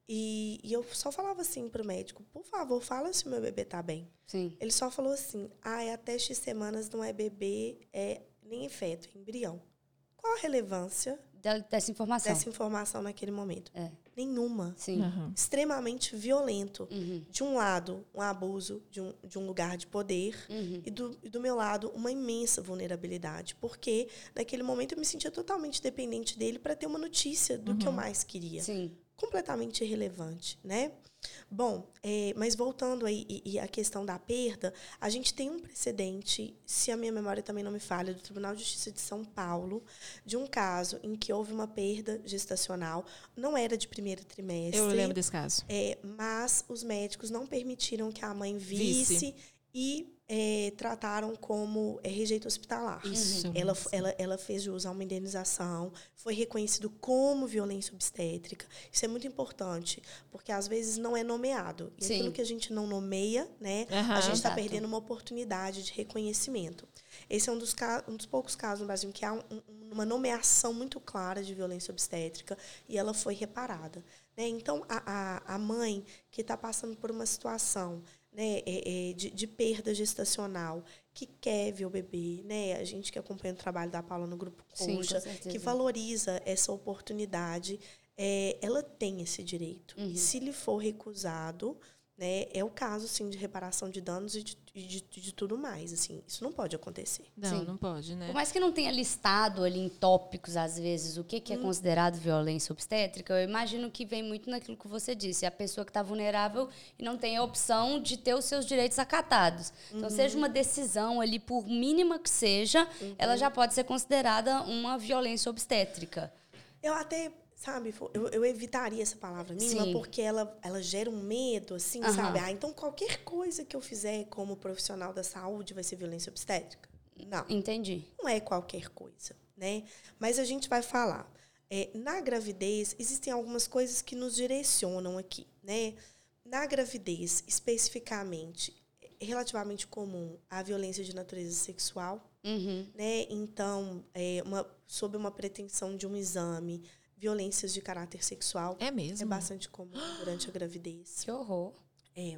E, e eu só falava assim para o médico, por favor, fala se o meu bebê está bem. Sim. Ele só falou assim, ah, é até X semanas, não é bebê, é nem feto, é embrião. Qual a relevância dessa informação? Dessa informação naquele momento? É. Nenhuma. Sim. Uhum. Extremamente violento. Uhum. De um lado, um abuso de um, de um lugar de poder. Uhum. E, do, e do meu lado, uma imensa vulnerabilidade. Porque, naquele momento, eu me sentia totalmente dependente dele para ter uma notícia do uhum. que eu mais queria. Sim. Completamente irrelevante, né? Bom, é, mas voltando aí e, e a questão da perda, a gente tem um precedente, se a minha memória também não me falha, do Tribunal de Justiça de São Paulo, de um caso em que houve uma perda gestacional, não era de primeiro trimestre. Eu lembro desse caso. É, mas os médicos não permitiram que a mãe visse, visse. e é, trataram como é, rejeito hospitalar. Isso. Ela, ela, ela fez jus a uma indenização, foi reconhecido como violência obstétrica. Isso é muito importante, porque às vezes não é nomeado. E Sim. aquilo que a gente não nomeia, né, uhum, a gente está exato. perdendo uma oportunidade de reconhecimento. Esse é um dos, um dos poucos casos no Brasil em que há um, uma nomeação muito clara de violência obstétrica e ela foi reparada. Né? Então, a, a, a mãe que está passando por uma situação, né, é, é, de, de perda gestacional, que quer ver o bebê, né? A gente que acompanha o trabalho da Paula no Grupo Colcha, que valoriza essa oportunidade, é, ela tem esse direito. Uhum. E se lhe for recusado, né, é o caso, sim, de reparação de danos e de, de, de, de tudo mais. Assim, isso não pode acontecer. Não, sim. não pode, né? Por mais que não tenha listado ali em tópicos, às vezes, o que, que é hum. considerado violência obstétrica, eu imagino que vem muito naquilo que você disse. A pessoa que está vulnerável e não tem a opção de ter os seus direitos acatados. Então, uhum. seja uma decisão ali, por mínima que seja, uhum. ela já pode ser considerada uma violência obstétrica. Eu até... Sabe, eu, eu evitaria essa palavra mínima, sim. porque ela, ela gera um medo, assim, uhum. sabe? Ah, então qualquer coisa que eu fizer como profissional da saúde vai ser violência obstétrica? Não. Entendi. Não é qualquer coisa, né? Mas a gente vai falar. É, na gravidez, existem algumas coisas que nos direcionam aqui, né? Na gravidez, especificamente, é relativamente comum a violência de natureza sexual, uhum. né? Então, é uma, sob uma pretensão de um exame, violências de caráter sexual. É mesmo? É bastante comum durante a gravidez. Que horror. É.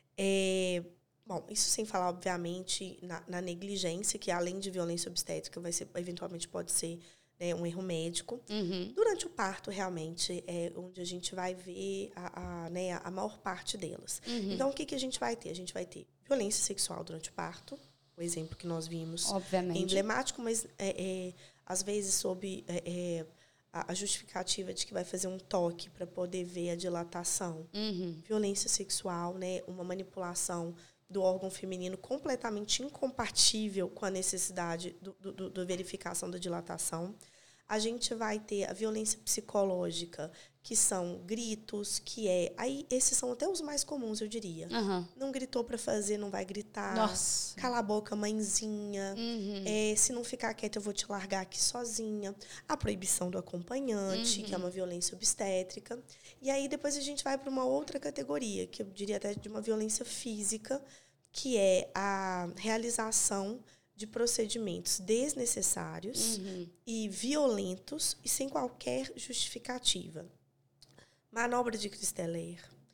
é bom, isso sem falar, obviamente, na, na negligência, que além de violência obstétrica, vai ser, eventualmente pode ser né, um erro médico. Uhum. Durante o parto, realmente, é onde a gente vai ver a, a, né, a maior parte delas. Uhum. Então, o que, que a gente vai ter? A gente vai ter violência sexual durante o parto, o exemplo que nós vimos. Obviamente. É emblemático, mas é, é, às vezes sob é, é, a, a justificativa de que vai fazer um toque para poder ver a dilatação. Uhum. Violência sexual, né, uma manipulação do órgão feminino completamente incompatível com a necessidade do, do, do verificação da dilatação. A gente vai ter a violência psicológica, que são gritos, que é... Aí, esses são até os mais comuns, eu diria. Uhum. Não gritou para fazer, não vai gritar. Nossa. Cala a boca, mãezinha. Uhum. É, se não ficar quieta, eu vou te largar aqui sozinha. A proibição do acompanhante, Uhum. que é uma violência obstétrica. E aí, depois a gente vai para uma outra categoria, que eu diria até de uma violência física, que é a realização de procedimentos desnecessários Uhum. e violentos e sem qualquer justificativa. Manobra de Christeller,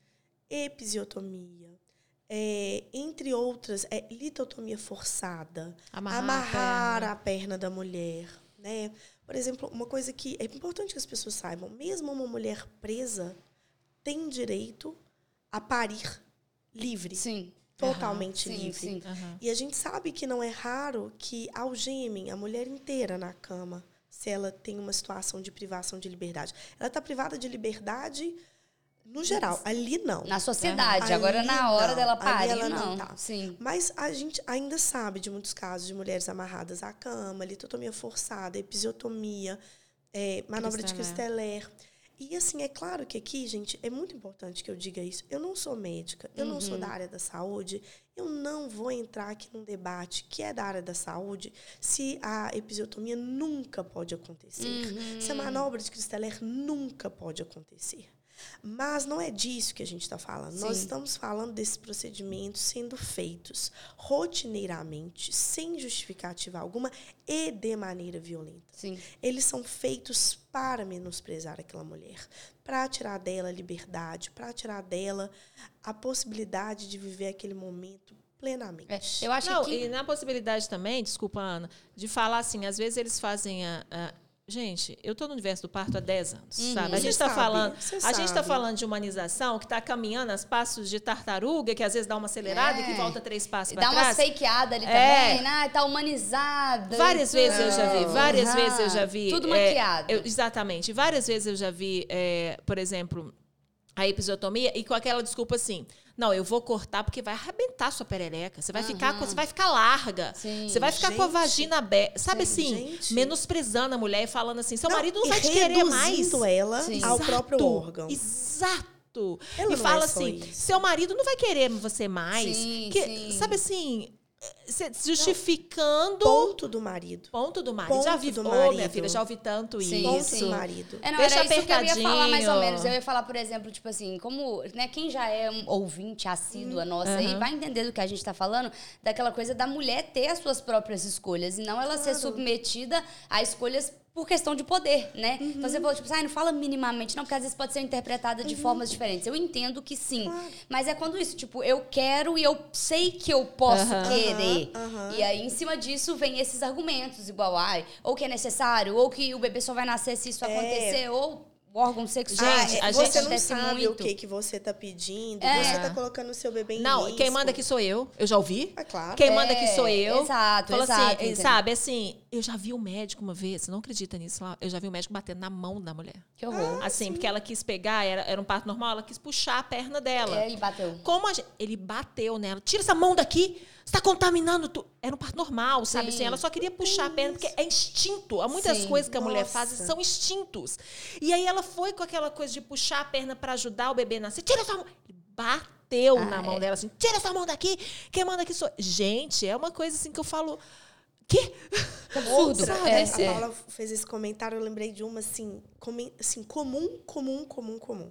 episiotomia, é, entre outras, é, litotomia forçada, Amarrar, amarrar a a, perna da mulher. Né? Por exemplo, uma coisa que é importante que as pessoas saibam, mesmo uma mulher presa tem direito a parir livre. Sim. Totalmente Sim, livre. sim. Uhum. E a gente sabe que não é raro que algemem a mulher inteira na cama se ela tem uma situação de privação de liberdade. Ela está privada de liberdade no geral. Ali não. Na sociedade. Uhum. Agora, Ali na hora não. dela Ali parir, ela não. não tá. Sim. Mas a gente ainda sabe de muitos casos de mulheres amarradas à cama, litotomia forçada, episiotomia, é, manobra de Christeller. E, assim, é claro que aqui, gente, é muito importante que eu diga isso. Eu não sou médica, eu Uhum. não sou da área da saúde, eu não vou entrar aqui num debate que é da área da saúde se a episiotomia nunca pode acontecer, Uhum. se a manobra de Christeller nunca pode acontecer. Mas não é disso que a gente está falando. Sim. Nós estamos falando desses procedimentos sendo feitos rotineiramente, sem justificativa alguma e de maneira violenta. Sim. Eles são feitos para menosprezar aquela mulher, para tirar dela a liberdade, para tirar dela a possibilidade de viver aquele momento plenamente. É, eu acho Não, que... e na possibilidade também, desculpa, Ana, de falar assim, às vezes eles fazem a... a gente, eu estou no universo do parto há dez anos, Uhum. sabe? A gente Você está sabe, falando, você a gente está sabe. falando de humanização que está caminhando a passos de tartaruga, que às vezes dá uma acelerada É. e que volta três passos E para dá trás. umas fakeadas ali É. também. Ah, tá humanizada. Várias e vezes eu já vi, tudo. várias Uhum. vezes eu já vi. Tudo é, maquiado. eu- exatamente. Várias vezes eu já vi, é, por exemplo, a episiotomia e com aquela desculpa assim, não, eu vou cortar porque vai arrebentar sua perereca. Você vai, Uhum. ficar, com- você vai ficar larga. Sim. Você vai ficar com a Gente. vagina aberta. Sabe Sim. assim, Gente. menosprezando a mulher e falando assim, seu Não, marido não e vai te querer mais. reduzindo ela Sim. ao Exato, próprio órgão. Exato. Ela e não fala é só assim, isso. seu marido não vai querer você mais. Sim, que, sim. Sabe assim, se- justificando... Ponto do marido. Ponto do marido. Ponto já vi, do ô, minha marido. filha, já ouvi tanto Sim, Ponto isso. do marido. É, não, Deixa era isso que eu ia falar mais ou apertadinho. menos. Eu ia falar, por exemplo, tipo assim, como, né, quem já é um ouvinte assídua nossa aí, Aham. vai entender do que a gente tá falando, daquela coisa da mulher ter as suas próprias escolhas e não ela ser Claro. submetida a escolhas por questão de poder, né? Uhum. Então você falou, tipo assim, ah, não fala minimamente, não, porque às vezes pode ser interpretada de formas diferentes. Eu entendo que sim. Uhum. Claro. Mas é quando isso, tipo, eu quero e eu sei que eu posso Aham. querer. Aham, aham. E aí, em cima disso, vem esses argumentos, igual, ai, ou que é necessário, ou que o bebê só vai nascer se isso É. acontecer, ou o órgão sexual. Ah, Gente, é, a você gente não acontece sabe muito. o que, que você está pedindo, É. você está colocando o seu bebê em Não, risco. quem manda aqui sou eu. Eu já ouvi. É claro. Quem É, manda aqui sou eu. exato, Fala exato, assim, entendeu? sabe, assim, eu já vi o médico uma vez, você não acredita nisso lá? Eu já vi o médico batendo na mão da mulher. Que horror. Assim, porque ela quis pegar, era, era um parto normal, ela quis puxar a perna dela. É, ele bateu. Como a gente, ele bateu nela. Tira essa mão daqui, você tá contaminando tudo. Era um parto normal, sabe? Sim. Assim, ela só queria puxar a perna, porque é instinto. Há muitas Sim. coisas que a mulher Nossa. faz são instintos. E aí ela foi com aquela coisa de puxar a perna para ajudar o bebê a nascer. Tira essa mão. Ele bateu Ah, na mão é. dela assim, tira essa mão daqui. Quem manda aqui sou... Gente, é uma coisa assim que eu falo... Que? Que absurdo. Sabe, É, a é. Paula fez esse comentário, eu lembrei de uma assim, comi- assim comum, comum, comum, comum.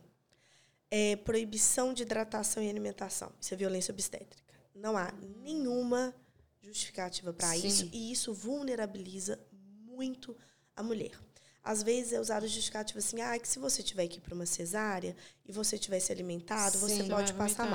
É proibição de hidratação e alimentação. Isso é violência obstétrica. Não há nenhuma justificativa para Sim. isso e isso vulnerabiliza muito a mulher. Às vezes é usado justificativo assim, ah, que se você tiver que ir para uma cesárea e você tiver se alimentado, Sim, você vai pode passar vomitar. mal.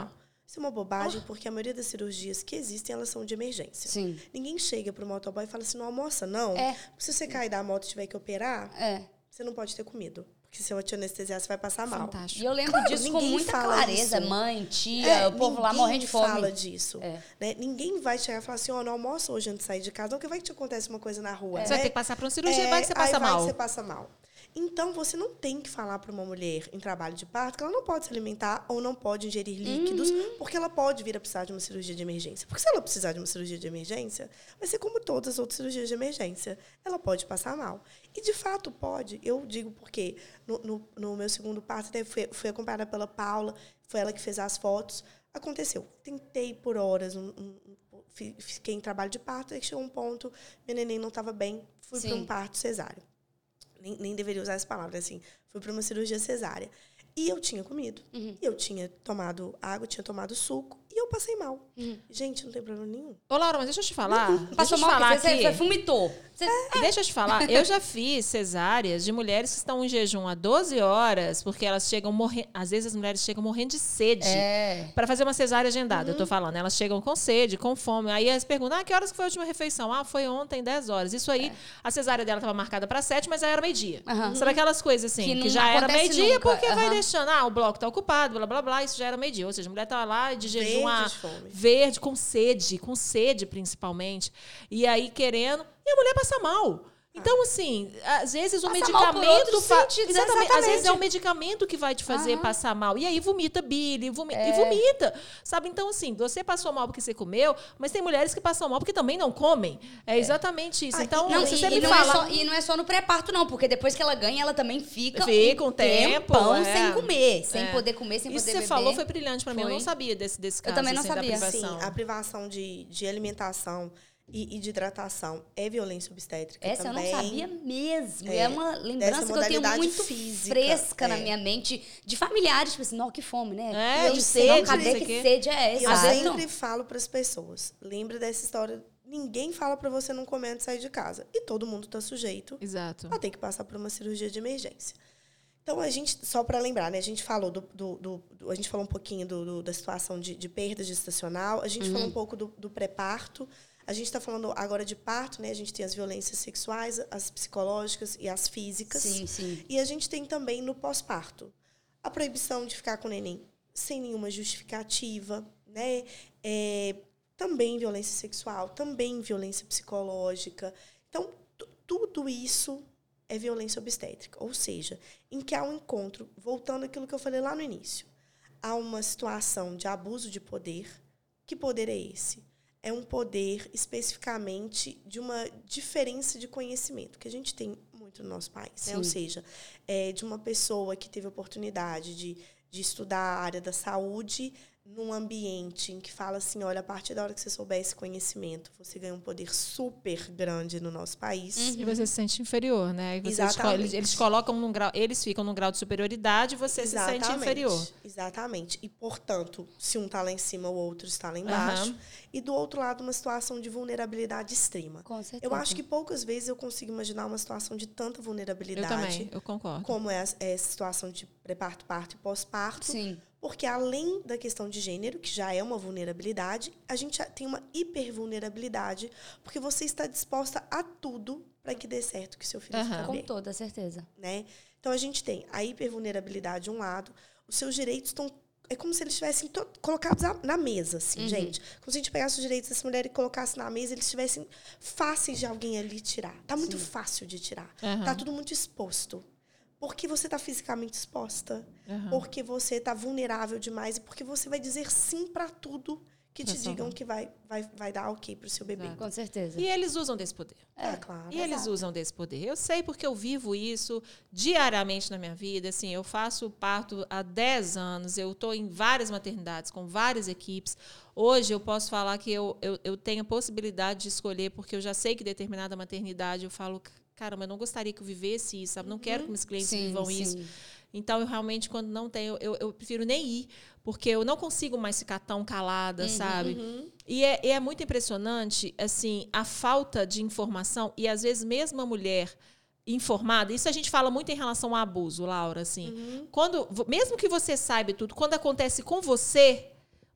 Isso é uma bobagem, oh. porque a maioria das cirurgias que existem, elas são de emergência. Sim. Ninguém chega pro motoboy e fala assim, não almoça, não. É. Se você cair da moto e tiver que operar, é. você não pode ter comido. Porque se eu te anestesiar, você vai passar mal. Fantástico. E eu lembro claro, disso com muita clareza. Disso. Mãe, tia, é, o povo lá morrendo de fome. Ninguém fala disso. É. Né? Ninguém vai chegar e falar assim, ó, oh, não almoça hoje antes de sair de casa, não, porque vai que te acontece uma coisa na rua. É. Né? Você vai ter que passar por uma cirurgia, é, vai que você passa aí mal. Vai que você passa mal. Então, você não tem que falar para uma mulher em trabalho de parto que ela não pode se alimentar ou não pode ingerir líquidos, uhum. porque ela pode vir a precisar de uma cirurgia de emergência. Porque se ela precisar de uma cirurgia de emergência, vai ser como todas as outras cirurgias de emergência. Ela pode passar mal. E, de fato, pode. Eu digo porque no, no, no meu segundo parto, fui, fui acompanhada pela Paula, foi ela que fez as fotos. Aconteceu. Tentei por horas, um, um, fiquei em trabalho de parto, aí chegou um ponto, meu neném não estava bem, fui para um parto cesáreo. Nem, nem deveria usar essa palavra, assim. Fui para uma cirurgia cesárea. E eu tinha comido. Uhum. E eu tinha tomado água, tinha tomado suco. E eu passei mal. Uhum. Gente, não tem problema nenhum. Ô, Laura, mas deixa eu te falar. Uhum. Passou deixa eu mal, falar você, aqui. você vomitou. Você... É. Deixa eu te falar. Eu já fiz cesáreas de mulheres que estão em jejum há doze horas, porque elas chegam morrendo... Às vezes as mulheres chegam morrendo de sede é. para fazer uma cesárea agendada. Uhum. Eu tô falando. Elas chegam com sede, com fome. Aí elas perguntam, ah, que horas que foi a última refeição? Ah, foi ontem, dez horas. Isso aí, é. a cesárea dela estava marcada para sete, mas já era meio-dia. Uhum. São aquelas coisas assim, que, que já era meio-dia, porque uhum. vai deixando, ah, o bloco tá ocupado, blá, blá, blá, isso já era meio-dia. Ou seja, a mulher tava lá de jejum a... verde, com sede, com sede principalmente. E aí querendo... E a mulher passa mal. Então, assim, às vezes o passa medicamento... Fa... Exatamente. Exatamente. Às vezes é o medicamento que vai te fazer uhum. passar mal. E aí vomita bile, vomita, é. e vomita. Sabe? Então, assim, você passou mal porque você comeu, mas tem mulheres que passam mal porque também não comem. É exatamente isso. Ah, então, não, você e, sempre e não fala... É só, e não é só no pré-parto, não. Porque depois que ela ganha, ela também fica, fica um, um tempo tempão é. sem comer. Sem é. poder comer, sem isso poder você beber. falou foi brilhante pra mim. Foi. Eu não sabia desse, desse caso. Eu também não assim, sabia. Da privação. Sim, a privação de, de alimentação... E, e de hidratação é violência obstétrica Essa também. eu não sabia mesmo. É, é uma lembrança que eu tenho muito física, fresca é. na minha mente de familiares, tipo assim, não, que fome, né? É, eu de sei, sede, não, cadê que que... sede é essa? Eu Exato. sempre falo para as pessoas, lembra dessa história, ninguém fala para você não comer antes de sair de casa. E todo mundo está sujeito Exato. a ter que passar por uma cirurgia de emergência. Então, a gente, só para lembrar, né, a gente falou do, do, do, do a gente falou um pouquinho do, do, da situação de, de perda gestacional, a gente uhum. falou um pouco do, do pré-parto. A gente está falando agora de parto, né? A gente tem as violências sexuais, as psicológicas e as físicas. Sim, sim. E a gente tem também no pós-parto a proibição de ficar com o neném sem nenhuma justificativa, né? É, também violência sexual, também violência psicológica. Então, tudo isso é violência obstétrica. Ou seja, em que há um encontro, voltando àquilo que eu falei lá no início, há uma situação de abuso de poder. Que poder é esse? É um poder especificamente de uma diferença de conhecimento, que a gente tem muito no nosso país. Né? Ou seja, é de uma pessoa que teve a oportunidade de, de estudar a área da saúde num ambiente em que fala assim, olha, a partir da hora que você souber esse conhecimento, você ganha um poder super grande no nosso país. Uhum. E você se sente inferior, né? E você Exatamente. Eles, eles colocam num grau, eles ficam num grau de superioridade e você Exatamente. se sente inferior. Exatamente. E, portanto, se um está lá em cima, o outro está lá embaixo. Uhum. E, do outro lado, uma situação de vulnerabilidade extrema. Com certeza. Eu acho que poucas vezes eu consigo imaginar uma situação de tanta vulnerabilidade. Eu também, eu concordo. Como é essa situação de pré-parto, parto e pós-parto. Sim. Porque, além da questão de gênero, que já é uma vulnerabilidade, a gente tem uma hipervulnerabilidade, porque você está disposta a tudo para que dê certo, que seu filho uhum. fique bem. Com toda certeza. Né? Então, a gente tem a hipervulnerabilidade de um lado, os seus direitos estão... É como se eles estivessem colocados na mesa, assim, uhum. gente. Como se a gente pegasse os direitos dessa mulher e colocasse na mesa, eles estivessem fáceis de alguém ali tirar. Tá muito Sim. fácil de tirar. Uhum. Tá tudo muito exposto. Porque você está fisicamente exposta, uhum. porque você está vulnerável demais e porque você vai dizer sim para tudo que te digam que vai, vai, vai dar ok para o seu bebê. Claro. Com certeza. E eles usam desse poder. É, é claro. E eles Exato. usam desse poder. Eu sei porque eu vivo isso diariamente na minha vida. Assim, eu faço parto há dez anos, eu estou em várias maternidades, com várias equipes. Hoje eu posso falar que eu, eu, eu tenho a possibilidade de escolher, porque eu já sei que determinada maternidade eu falo... Caramba, eu não gostaria que eu vivesse isso, sabe? Não uhum. quero que meus clientes sim, vivam sim. isso. Então, eu realmente, quando não tenho, eu, eu prefiro nem ir, porque eu não consigo mais ficar tão calada, uhum. sabe? Uhum. E, é, e é muito impressionante, assim, a falta de informação, e às vezes mesmo a mulher informada, isso a gente fala muito em relação ao abuso, Laura, assim. Uhum. Quando, mesmo que você saiba tudo, quando acontece com você...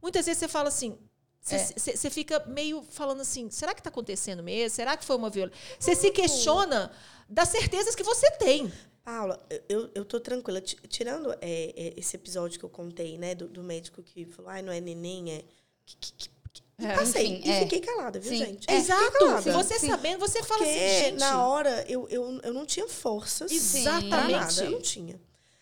muitas vezes você fala assim, você é. fica meio falando assim, será que está acontecendo mesmo? Será que foi uma violência? Você se questiona das certezas que você tem. Paula, eu, eu tô tranquila. Tirando é, é, esse episódio que eu contei, né, do, do médico que falou, ai, não é neném, é... Que, que, que, e é, passei. Enfim, e é. fiquei calada, viu, sim. gente? É, Exato. Calada. Você sim. sabendo, você Porque fala assim, gente... na hora, eu, eu, eu não tinha forças. Exatamente. Eu não tinha.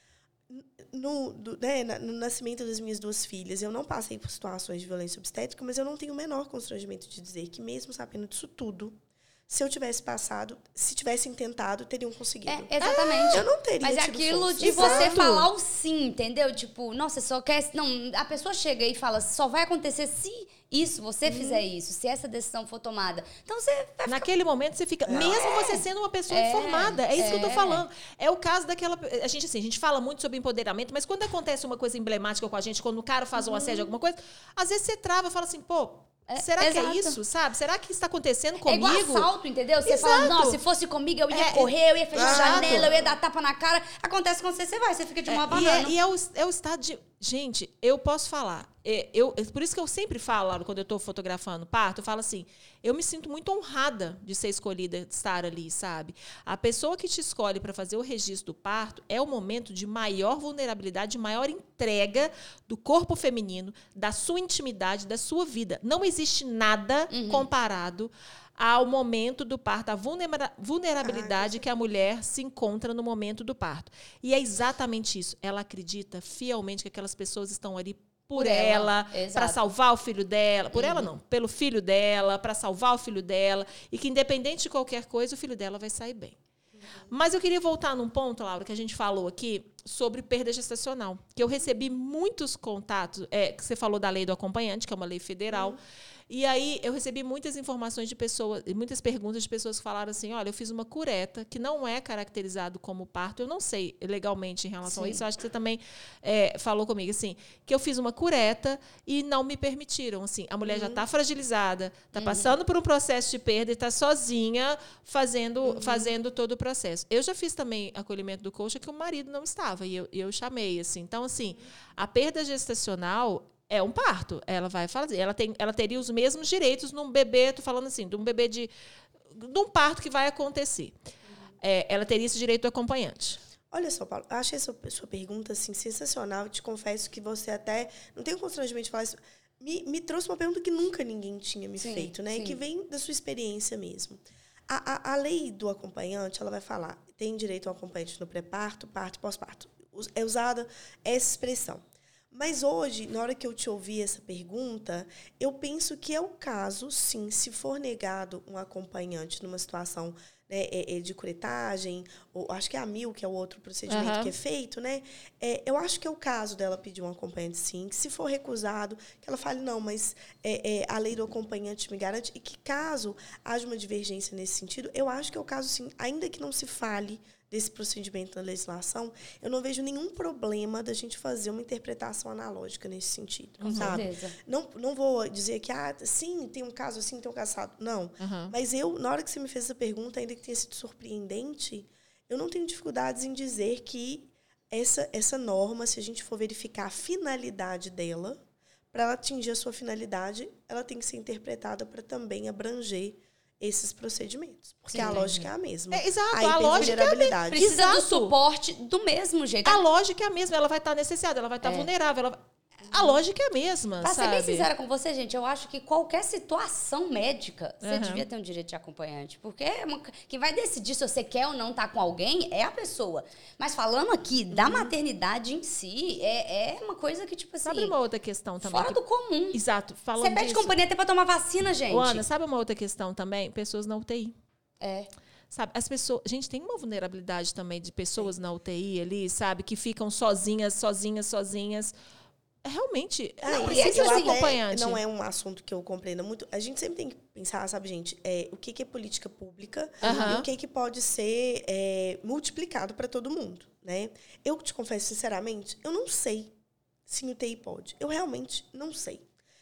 No, do, né, no nascimento das minhas duas filhas, eu não passei por situações de violência obstétrica, mas eu não tenho o menor constrangimento de dizer que, mesmo sabendo disso tudo, se eu tivesse passado, se tivessem tentado, teriam conseguido. É, exatamente. Eu não teria Mas é tido aquilo força. de Exato. você falar o sim, entendeu? Tipo, nossa, só quer... Não, a pessoa chega e fala, só vai acontecer se isso, você hum. fizer isso, se essa decisão for tomada. Então, você vai ficar... Naquele momento, você fica... É. Mesmo você sendo uma pessoa é. informada. É isso é. que eu tô falando. É o caso daquela... A gente, assim, a gente fala muito sobre empoderamento, mas quando acontece uma coisa emblemática com a gente, quando o cara faz um assédio, alguma coisa, às vezes você trava e fala assim, pô... É, Será exato. que é isso, sabe? Será que está acontecendo comigo? É igual assalto, entendeu? Você exato. fala, nossa, se fosse comigo, eu ia é, correr, eu ia fechar a janela, eu ia dar tapa na cara. Acontece com você, você vai, você fica de uma é, banana. E, é, e é, o, é o estado de... Gente, eu posso falar. É, eu, por isso que eu sempre falo, Laura, quando eu estou fotografando parto, eu falo assim, eu me sinto muito honrada de ser escolhida, de estar ali, sabe? A pessoa que te escolhe para fazer o registro do parto é o momento de maior vulnerabilidade, de maior entrega do corpo feminino, da sua intimidade, da sua vida. Não existe nada uhum. comparado ao momento do parto, a vulnerabilidade que a mulher se encontra no momento do parto. E é exatamente isso. Ela acredita fielmente que aquelas pessoas estão ali por, por ela, ela para salvar o filho dela. Por uhum. ela não, pelo filho dela, para salvar o filho dela. E que, independente de qualquer coisa, o filho dela vai sair bem. Uhum. Mas eu queria voltar num ponto, Laura, que a gente falou aqui sobre perda gestacional. Que eu recebi muitos contatos, é, que você falou da lei do acompanhante, que é uma lei federal. Uhum. E aí eu recebi muitas informações de pessoas, muitas perguntas de pessoas que falaram assim, olha, eu fiz uma cureta que não é caracterizado como parto, eu não sei legalmente em relação Sim. a isso, eu acho que você também é, falou comigo, assim, que eu fiz uma cureta e não me permitiram, assim, a mulher uhum. já está fragilizada, está uhum. passando por um processo de perda e está sozinha fazendo, uhum. fazendo todo o processo. Eu já fiz também acolhimento do coxa que o marido não estava, e eu, eu chamei, assim. Então, assim, a perda gestacional é um parto. Ela vai fazer. Ela, tem, ela teria os mesmos direitos num bebê, estou falando assim, de um bebê de. de um parto que vai acontecer. Uhum. É, ela teria esse direito do acompanhante. Olha só, Paulo, eu achei essa sua pergunta assim, sensacional. Eu te confesso que você até. Não tenho constrangimento de falar isso. Me, me trouxe uma pergunta que nunca ninguém tinha me sim, feito, né? Sim. Que vem da sua experiência mesmo. A, a, a lei do acompanhante, ela vai falar, tem direito ao acompanhante no pré-parto, parto e pós-parto. É usada essa expressão. Mas hoje, na hora que eu te ouvi essa pergunta, eu penso que é o caso, sim, se for negado um acompanhante numa situação, né, de curetagem, ou acho que é a mil, que é o outro procedimento uhum. que é feito, né? É, eu acho que é o caso dela pedir um acompanhante, sim. Que se for recusado, que ela fale, não, mas é, é, a lei do acompanhante me garante. E que caso haja uma divergência nesse sentido, eu acho que é o caso, sim, ainda que não se fale desse procedimento na legislação, eu não vejo nenhum problema da gente fazer uma interpretação analógica nesse sentido. Com sabe? certeza. Não, não vou dizer que, ah, sim, tem um caso assim, tem um caso assado. Não. Uhum. Mas eu, na hora que você me fez essa pergunta, ainda que tenha sido surpreendente, eu não tenho dificuldades em dizer que essa, essa norma, se a gente for verificar a finalidade dela, para ela atingir a sua finalidade, ela tem que ser interpretada para também abranger esses procedimentos. Porque Sim, a lógica é a mesma. É, exato, a, a lógica é a mesma. Precisa exato. do suporte do mesmo jeito. A lógica é a mesma, ela vai estar necessitada, ela vai estar é. vulnerável, ela... A lógica é a mesma, pra sabe? Pra ser bem sincera com você, gente, eu acho que qualquer situação médica, você uhum. devia ter um direito de acompanhante. Porque é uma, quem vai decidir se você quer ou não estar com alguém é a pessoa. Mas falando aqui da uhum. maternidade em si, é, é uma coisa que, tipo assim... Sabe uma outra questão também? Fora que... do comum. Exato. Falando você pede disso... companhia até pra tomar vacina, gente. Ô, Ana, sabe uma outra questão também? Pessoas na U T I. É. Sabe, as pessoas... Gente, tem uma vulnerabilidade também de pessoas na U T I ali, sabe? Que ficam sozinhas, sozinhas, sozinhas... Realmente, ah, não precisa de acompanhante. Não é um assunto que eu compreendo muito. A gente sempre tem que pensar, sabe, gente, é, o que, que é política pública uhum. e o que, que pode ser é, multiplicado para todo mundo, né? Eu te confesso, sinceramente, eu não sei se em U T I pode. Eu realmente não sei.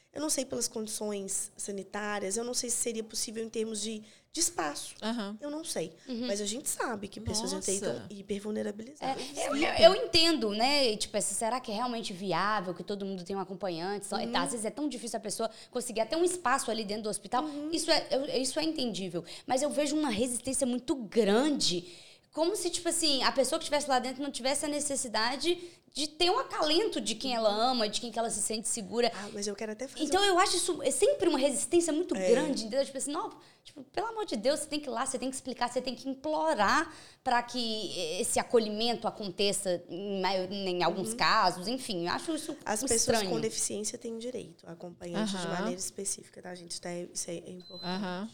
Eu não sei pelas condições sanitárias, eu não sei se seria possível em termos de, de espaço. Uhum. Eu não sei. Uhum. Mas a gente sabe que pessoas Nossa. estão hipervulnerabilizadas. É, eu, eu, eu entendo, né? Tipo, assim, será que é realmente viável que todo mundo tenha um acompanhante? Só- Uhum. Às vezes é tão difícil a pessoa conseguir até um espaço ali dentro do hospital. Uhum. Isso, é, eu- isso é entendível. Mas eu vejo uma resistência muito grande. Como se, tipo assim, a pessoa que estivesse lá dentro não tivesse a necessidade de ter um acalento de quem ela ama, de quem que ela se sente segura. Ah, mas eu quero até fazer Então, eu acho isso é sempre uma resistência muito É. grande, entendeu? Tipo assim, não, tipo, pelo amor de Deus, você tem que ir lá, você tem que explicar, você tem que implorar para que esse acolhimento aconteça em, mai- em alguns casos, enfim, eu acho isso As estranho. pessoas com deficiência têm direito a acompanhante de Aham. maneira específica, tá, gente? Isso é, isso é importante. Aham.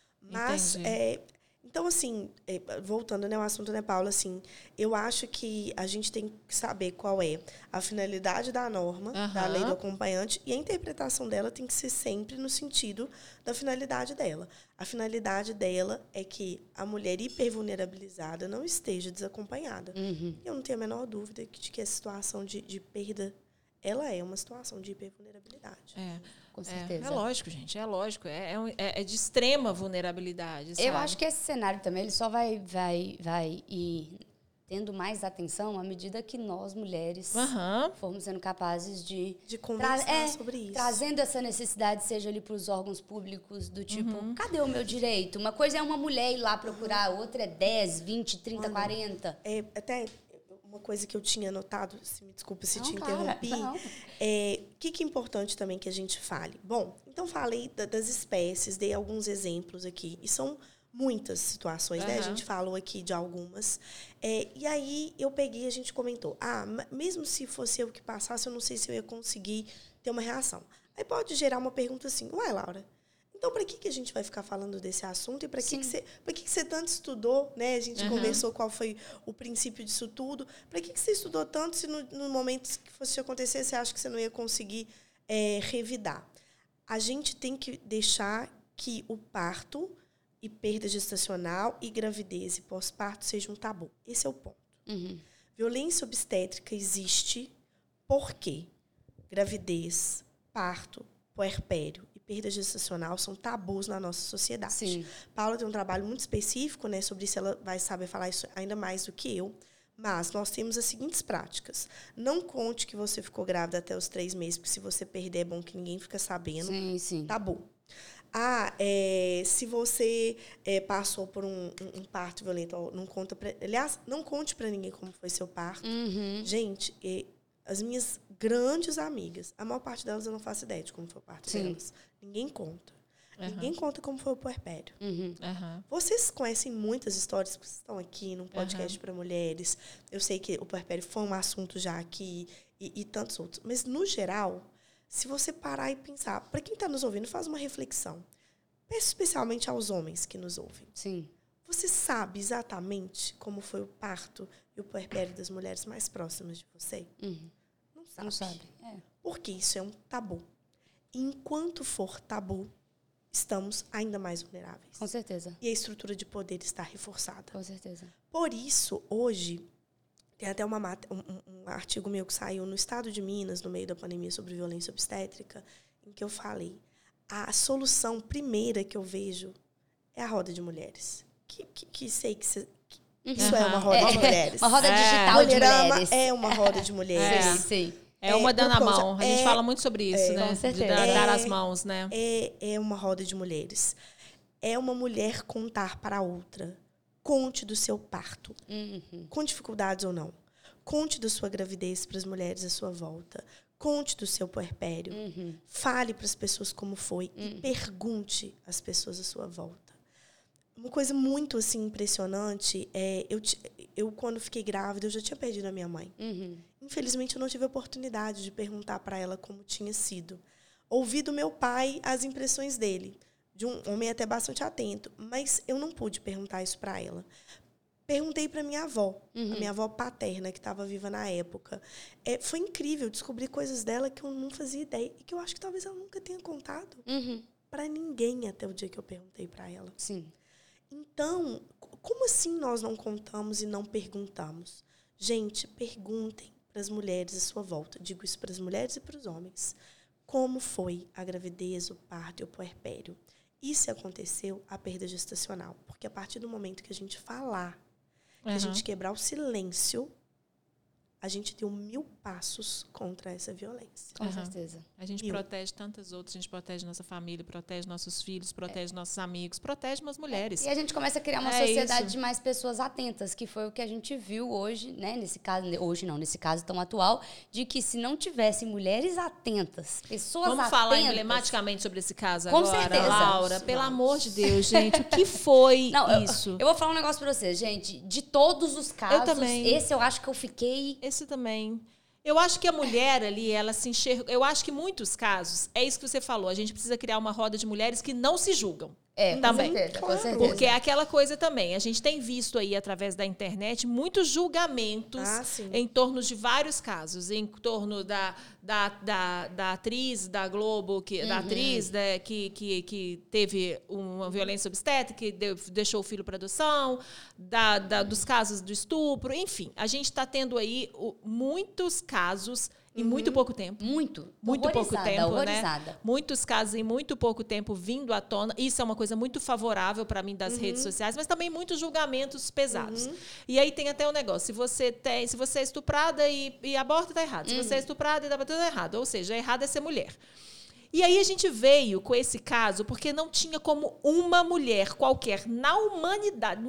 Mas, Entendi. é, então, assim, é, voltando né, ao assunto, né, Paula, assim, eu acho que a gente tem que saber qual é a finalidade da norma, da Aham. lei do acompanhante, e a interpretação dela tem que ser sempre no sentido da finalidade dela. A finalidade dela é que a mulher hipervulnerabilizada não esteja desacompanhada. Uhum. Eu não tenho a menor dúvida de que a situação de, de perda, ela é uma situação de hipervulnerabilidade. É. Com É, certeza. é lógico, gente, é lógico. É, é, um- é- é de extrema vulnerabilidade, sabe? Eu acho que esse cenário também ele só vai, vai, vai ir tendo mais atenção à medida que nós, mulheres, Aham. formos sendo capazes de De conversar é, sobre isso. trazendo essa necessidade, seja ali para os órgãos públicos, do tipo, Uhum. cadê o meu direito? Uma coisa é uma mulher ir lá procurar, outra é dez, vinte, trinta, Olha, quarenta. É, até uma coisa que eu tinha notado, se me desculpa se Não, te cara, interrompi, não. é, o que, que é importante também que a gente fale? Bom, então falei da- das espécies, dei alguns exemplos aqui, e são muitas situações, né? A Aham. gente falou aqui de algumas. É, e aí eu peguei e a gente comentou, ah, ma- mesmo se fosse eu que passasse, eu não sei se eu ia conseguir ter uma reação. Aí pode gerar uma pergunta assim, ué, Laura, então para que, que a gente vai ficar falando desse assunto e para que, Sim. que você para que, que você tanto estudou, né? A gente Aham. conversou qual foi o princípio disso tudo. Para que, que você estudou tanto se no, no momento que fosse acontecer você acha que você não ia conseguir é, revidar? A gente tem que deixar que o parto e perda gestacional e gravidez e pós-parto seja um tabu. Esse é o ponto. Uhum. Violência obstétrica existe porque gravidez, parto, puerpério e perda gestacional são tabus na nossa sociedade. Sim. Paula tem um trabalho muito específico, né, sobre isso, ela vai saber falar isso ainda mais do que eu. Mas nós temos as seguintes práticas. Não conte que você ficou grávida até os três meses, porque se você perder é bom que ninguém fica sabendo. Sim, sim. Tabu. Ah, é, se você é, passou por um, um, um parto violento, ó, não conta pra, aliás, não conte para ninguém como foi seu parto. Uhum. Gente, é, as minhas grandes amigas, a maior parte delas eu não faço ideia de como foi o parto Sim. delas. Ninguém conta. Aham. Ninguém conta como foi o puerpério. Uhum. Aham. Vocês conhecem muitas histórias que estão aqui num podcast para mulheres. Eu sei que o puerpério foi um assunto já aqui e, e tantos outros. Mas, no geral, se você parar e pensar, para quem está nos ouvindo, faz uma reflexão. Peço especialmente aos homens que nos ouvem. Sim. Você sabe exatamente como foi o parto e o puerpério das mulheres mais próximas de você? Uhum. Não sabe. Não sabe. É. Porque isso é um tabu. E enquanto for tabu, estamos ainda mais vulneráveis. Com certeza. E a estrutura de poder está reforçada. Com certeza. Por isso, hoje, tem até uma, mat- um, um- um artigo meu que saiu no Estado de Minas, no meio da pandemia, sobre violência obstétrica, em que eu falei, a solução primeira que eu vejo é a roda de mulheres. Que, que, que sei que, cê, que isso é uma Aham. roda de mulheres. Uma roda É. digital de Mulherama mulheres. é uma roda de mulheres. Sim, sim. É uma É, dando a por causa- mão. A gente é- fala muito sobre isso, é, né? com De certeza. dar, dar É- as mãos, né? É, é uma roda de mulheres. É uma mulher contar para a outra. Conte do seu parto. Uhum. Com dificuldades ou não. Conte da sua gravidez para as mulheres à sua volta. Conte do seu puerpério. Uhum. Fale para as pessoas como foi e pergunte às pessoas à sua volta. Uma coisa muito assim impressionante é eu, ti- eu quando fiquei grávida eu já tinha perdido a minha mãe. Uhum. Infelizmente eu não tive a oportunidade de perguntar para ela como tinha sido. Ouvi do meu pai as impressões dele, de um homem até bastante atento, mas eu não pude perguntar isso para ela. Perguntei para minha avó, Uhum. a minha avó paterna, que estava viva na época. É, foi incrível descobrir coisas dela que eu não fazia ideia e que eu acho que talvez ela nunca tenha contado Uhum. para ninguém até o dia que eu perguntei para ela. Sim. Então, c- como assim nós não contamos e não perguntamos? Gente, perguntem para as mulheres à sua volta. Digo isso para as mulheres e para os homens. como foi a gravidez, o parto e o puerpério. E se aconteceu a perda gestacional. Porque a partir do momento que a gente falar, que uhum. a gente quebrar o silêncio, a gente deu mil passos contra essa violência. Com uhum. certeza. A gente mil. protege tantas outras, a gente protege nossa família, protege nossos filhos, protege é. nossos amigos, protege umas mulheres. É. E a gente começa a criar uma é sociedade isso. de mais pessoas atentas, que foi o que a gente viu hoje, né? Nesse caso, hoje não, nesse caso tão atual, de que se não tivessem mulheres atentas, pessoas Vamos atentas... Vamos falar emblematicamente sobre esse caso com agora, certeza. Laura. Isso, pelo amor de Deus, gente, o que foi não, isso? Eu, eu vou falar um negócio pra vocês, gente. De todos os casos, eu também. esse eu acho que eu fiquei... Esse também... Eu acho que a mulher ali, ela se enxerga... Eu acho que em muitos casos, é isso que você falou, a gente precisa criar uma roda de mulheres que não se julgam. É, também. com certeza, com certeza. Porque é aquela coisa também. A gente tem visto aí, através da internet, muitos julgamentos ah, em torno de vários casos. Em torno da, da, da, da atriz da Globo, que, uhum. da atriz né, que, que, que teve uma violência obstétrica, que deu, deixou o filho para adoção, da, da, dos casos do estupro. Enfim, a gente está tendo aí o, muitos casos em uhum. muito pouco tempo. Muito. Muito pouco tempo, horrorizada. né? Muitos casos em muito pouco tempo vindo à tona. Isso é uma coisa muito favorável para mim das uhum. redes sociais, mas também muitos julgamentos pesados. Uhum. E aí tem até um negócio. Se você, tem, se você é estuprada e, e aborta, tá errado. Se uhum. você é estuprada e dá tudo errado. Ou seja, errado é ser mulher. E aí a gente veio com esse caso porque não tinha como uma mulher qualquer na humanidade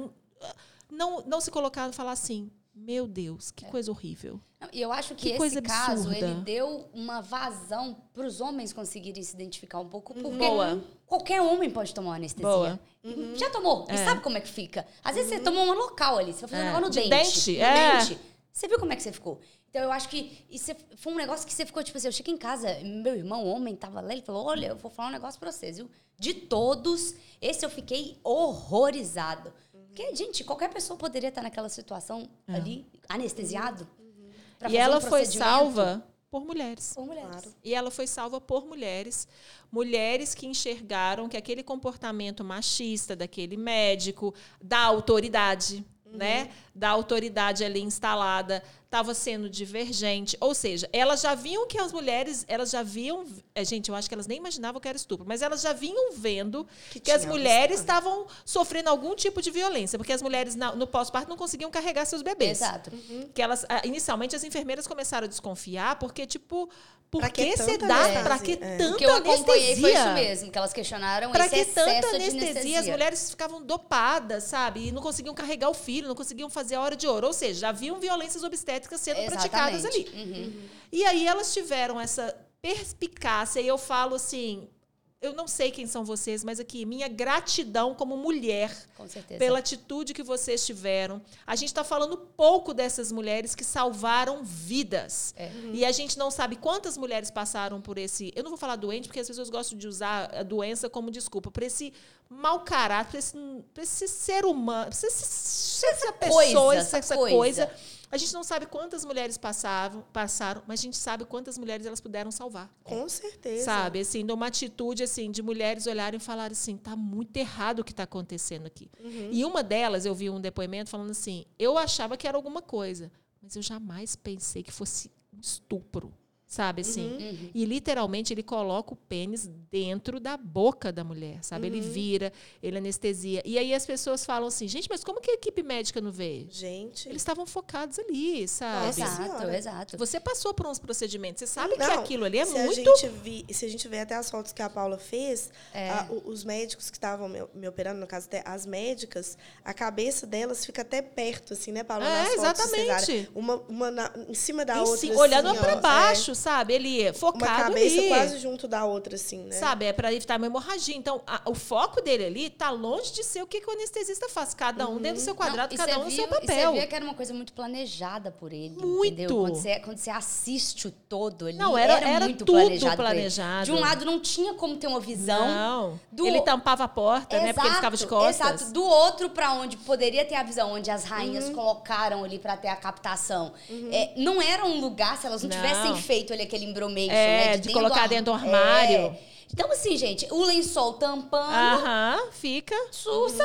não, não se colocar e falar assim, meu Deus, que é. coisa horrível. E eu acho que, que esse caso, ele deu uma vazão para os homens conseguirem se identificar um pouco. Porque Boa. qualquer homem pode tomar uma anestesia. Boa. Uhum. Já tomou. É. E sabe como é que fica? Às vezes uhum. você tomou uma local ali. Você vai fazer é. um negócio no De dente. dente. No é. dente. Você viu como é que você ficou? Então, eu acho que isso foi um negócio que você ficou, tipo assim, eu cheguei em casa, meu irmão, homem, tava lá, ele falou, olha, eu vou falar um negócio pra vocês, viu? De todos, esse eu fiquei horrorizado. Porque, gente, qualquer pessoa poderia estar naquela situação é. ali, anestesiado. Uhum. E ela um foi salva por mulheres. Por mulheres. Claro. E ela foi salva por mulheres. Mulheres que enxergaram que aquele comportamento machista daquele médico, da autoridade, uhum. né? Da autoridade ali instalada, estava sendo divergente. Ou seja, elas já viam que as mulheres, elas já viam... Gente, eu acho que elas nem imaginavam que era estupro, mas elas já vinham vendo que, que as mulheres estavam sofrendo algum tipo de violência, porque as mulheres na, no pós-parto não conseguiam carregar seus bebês. Exato. Uhum. Que elas, inicialmente, as enfermeiras começaram a desconfiar, porque, tipo... Por pra que você dá? Para que é. tanta anestesia? O que eu acompanhei anestesia? foi isso mesmo, que elas questionaram pra esse que excesso tanta de anestesia? anestesia. As mulheres ficavam dopadas, sabe? E não conseguiam carregar o filho, não conseguiam fazer a hora de ouro. Ou seja, já haviam violências obstétricas sendo Exatamente. praticadas ali. Uhum. E aí elas tiveram essa perspicácia, e eu falo assim... Eu não sei quem são vocês, mas aqui, minha gratidão como mulher Com certeza. pela atitude que vocês tiveram. A gente está falando pouco dessas mulheres que salvaram vidas. É. Uhum. E a gente não sabe quantas mulheres passaram por esse... Eu não vou falar doente, porque as pessoas gostam de usar a doença como desculpa. Por esse mau caráter, por esse, por esse ser humano, por esse, essa, essa pessoa, coisa, essa, essa coisa. coisa. A gente não sabe quantas mulheres passavam, passaram, mas a gente sabe quantas mulheres elas puderam salvar. Com certeza. Sabe, assim, de uma atitude assim, de mulheres olharem e falarem assim, tá muito errado o que está acontecendo aqui. Uhum. E uma delas, eu vi um depoimento falando assim, eu achava que era alguma coisa, mas eu jamais pensei que fosse um estupro. Sabe, assim? Uhum. E, literalmente, ele coloca o pênis dentro da boca da mulher, sabe? Uhum. Ele vira, ele anestesia. E aí as pessoas falam assim, gente, mas como que a equipe médica não vê? Gente... Eles estavam focados ali, sabe? Exato, exato. Você passou por uns procedimentos, você sabe não, que aquilo ali é se muito... A gente vi, se a gente vê até as fotos que a Paula fez, é. a, os médicos que estavam me, me operando, no caso, até as médicas, a cabeça delas fica até perto, assim, né, Paula? É, nas exatamente. Fotos, uma uma na, em cima da em outra, si, olhando assim, para ó, baixo, é. sabe? Ele é focado uma cabeça ali. quase junto da outra, assim, né? Sabe? É para evitar uma hemorragia. Então, a, o foco dele ali está longe de ser o que, que o anestesista faz. Cada um uhum. dentro do seu quadrado, não, cada um no viu, seu papel. E você vê que era uma coisa muito planejada por ele. Muito. Entendeu? Quando você, quando você assiste o todo ali, não, era, era, era muito tudo planejado. planejado. De um lado, não tinha como ter uma visão. Não. Do... Ele tampava a porta, exato, né? Porque ele ficava de costas. Exato. Do outro, para onde poderia ter a visão, onde as rainhas uhum. colocaram ali para ter a captação. Uhum. É, não era um lugar, se elas não, não. tivessem feito ali aquele embromation, é, né? De, de colocar dentro do armário. É. Então, assim, gente, o lençol tampando. Aham, fica. Sussa.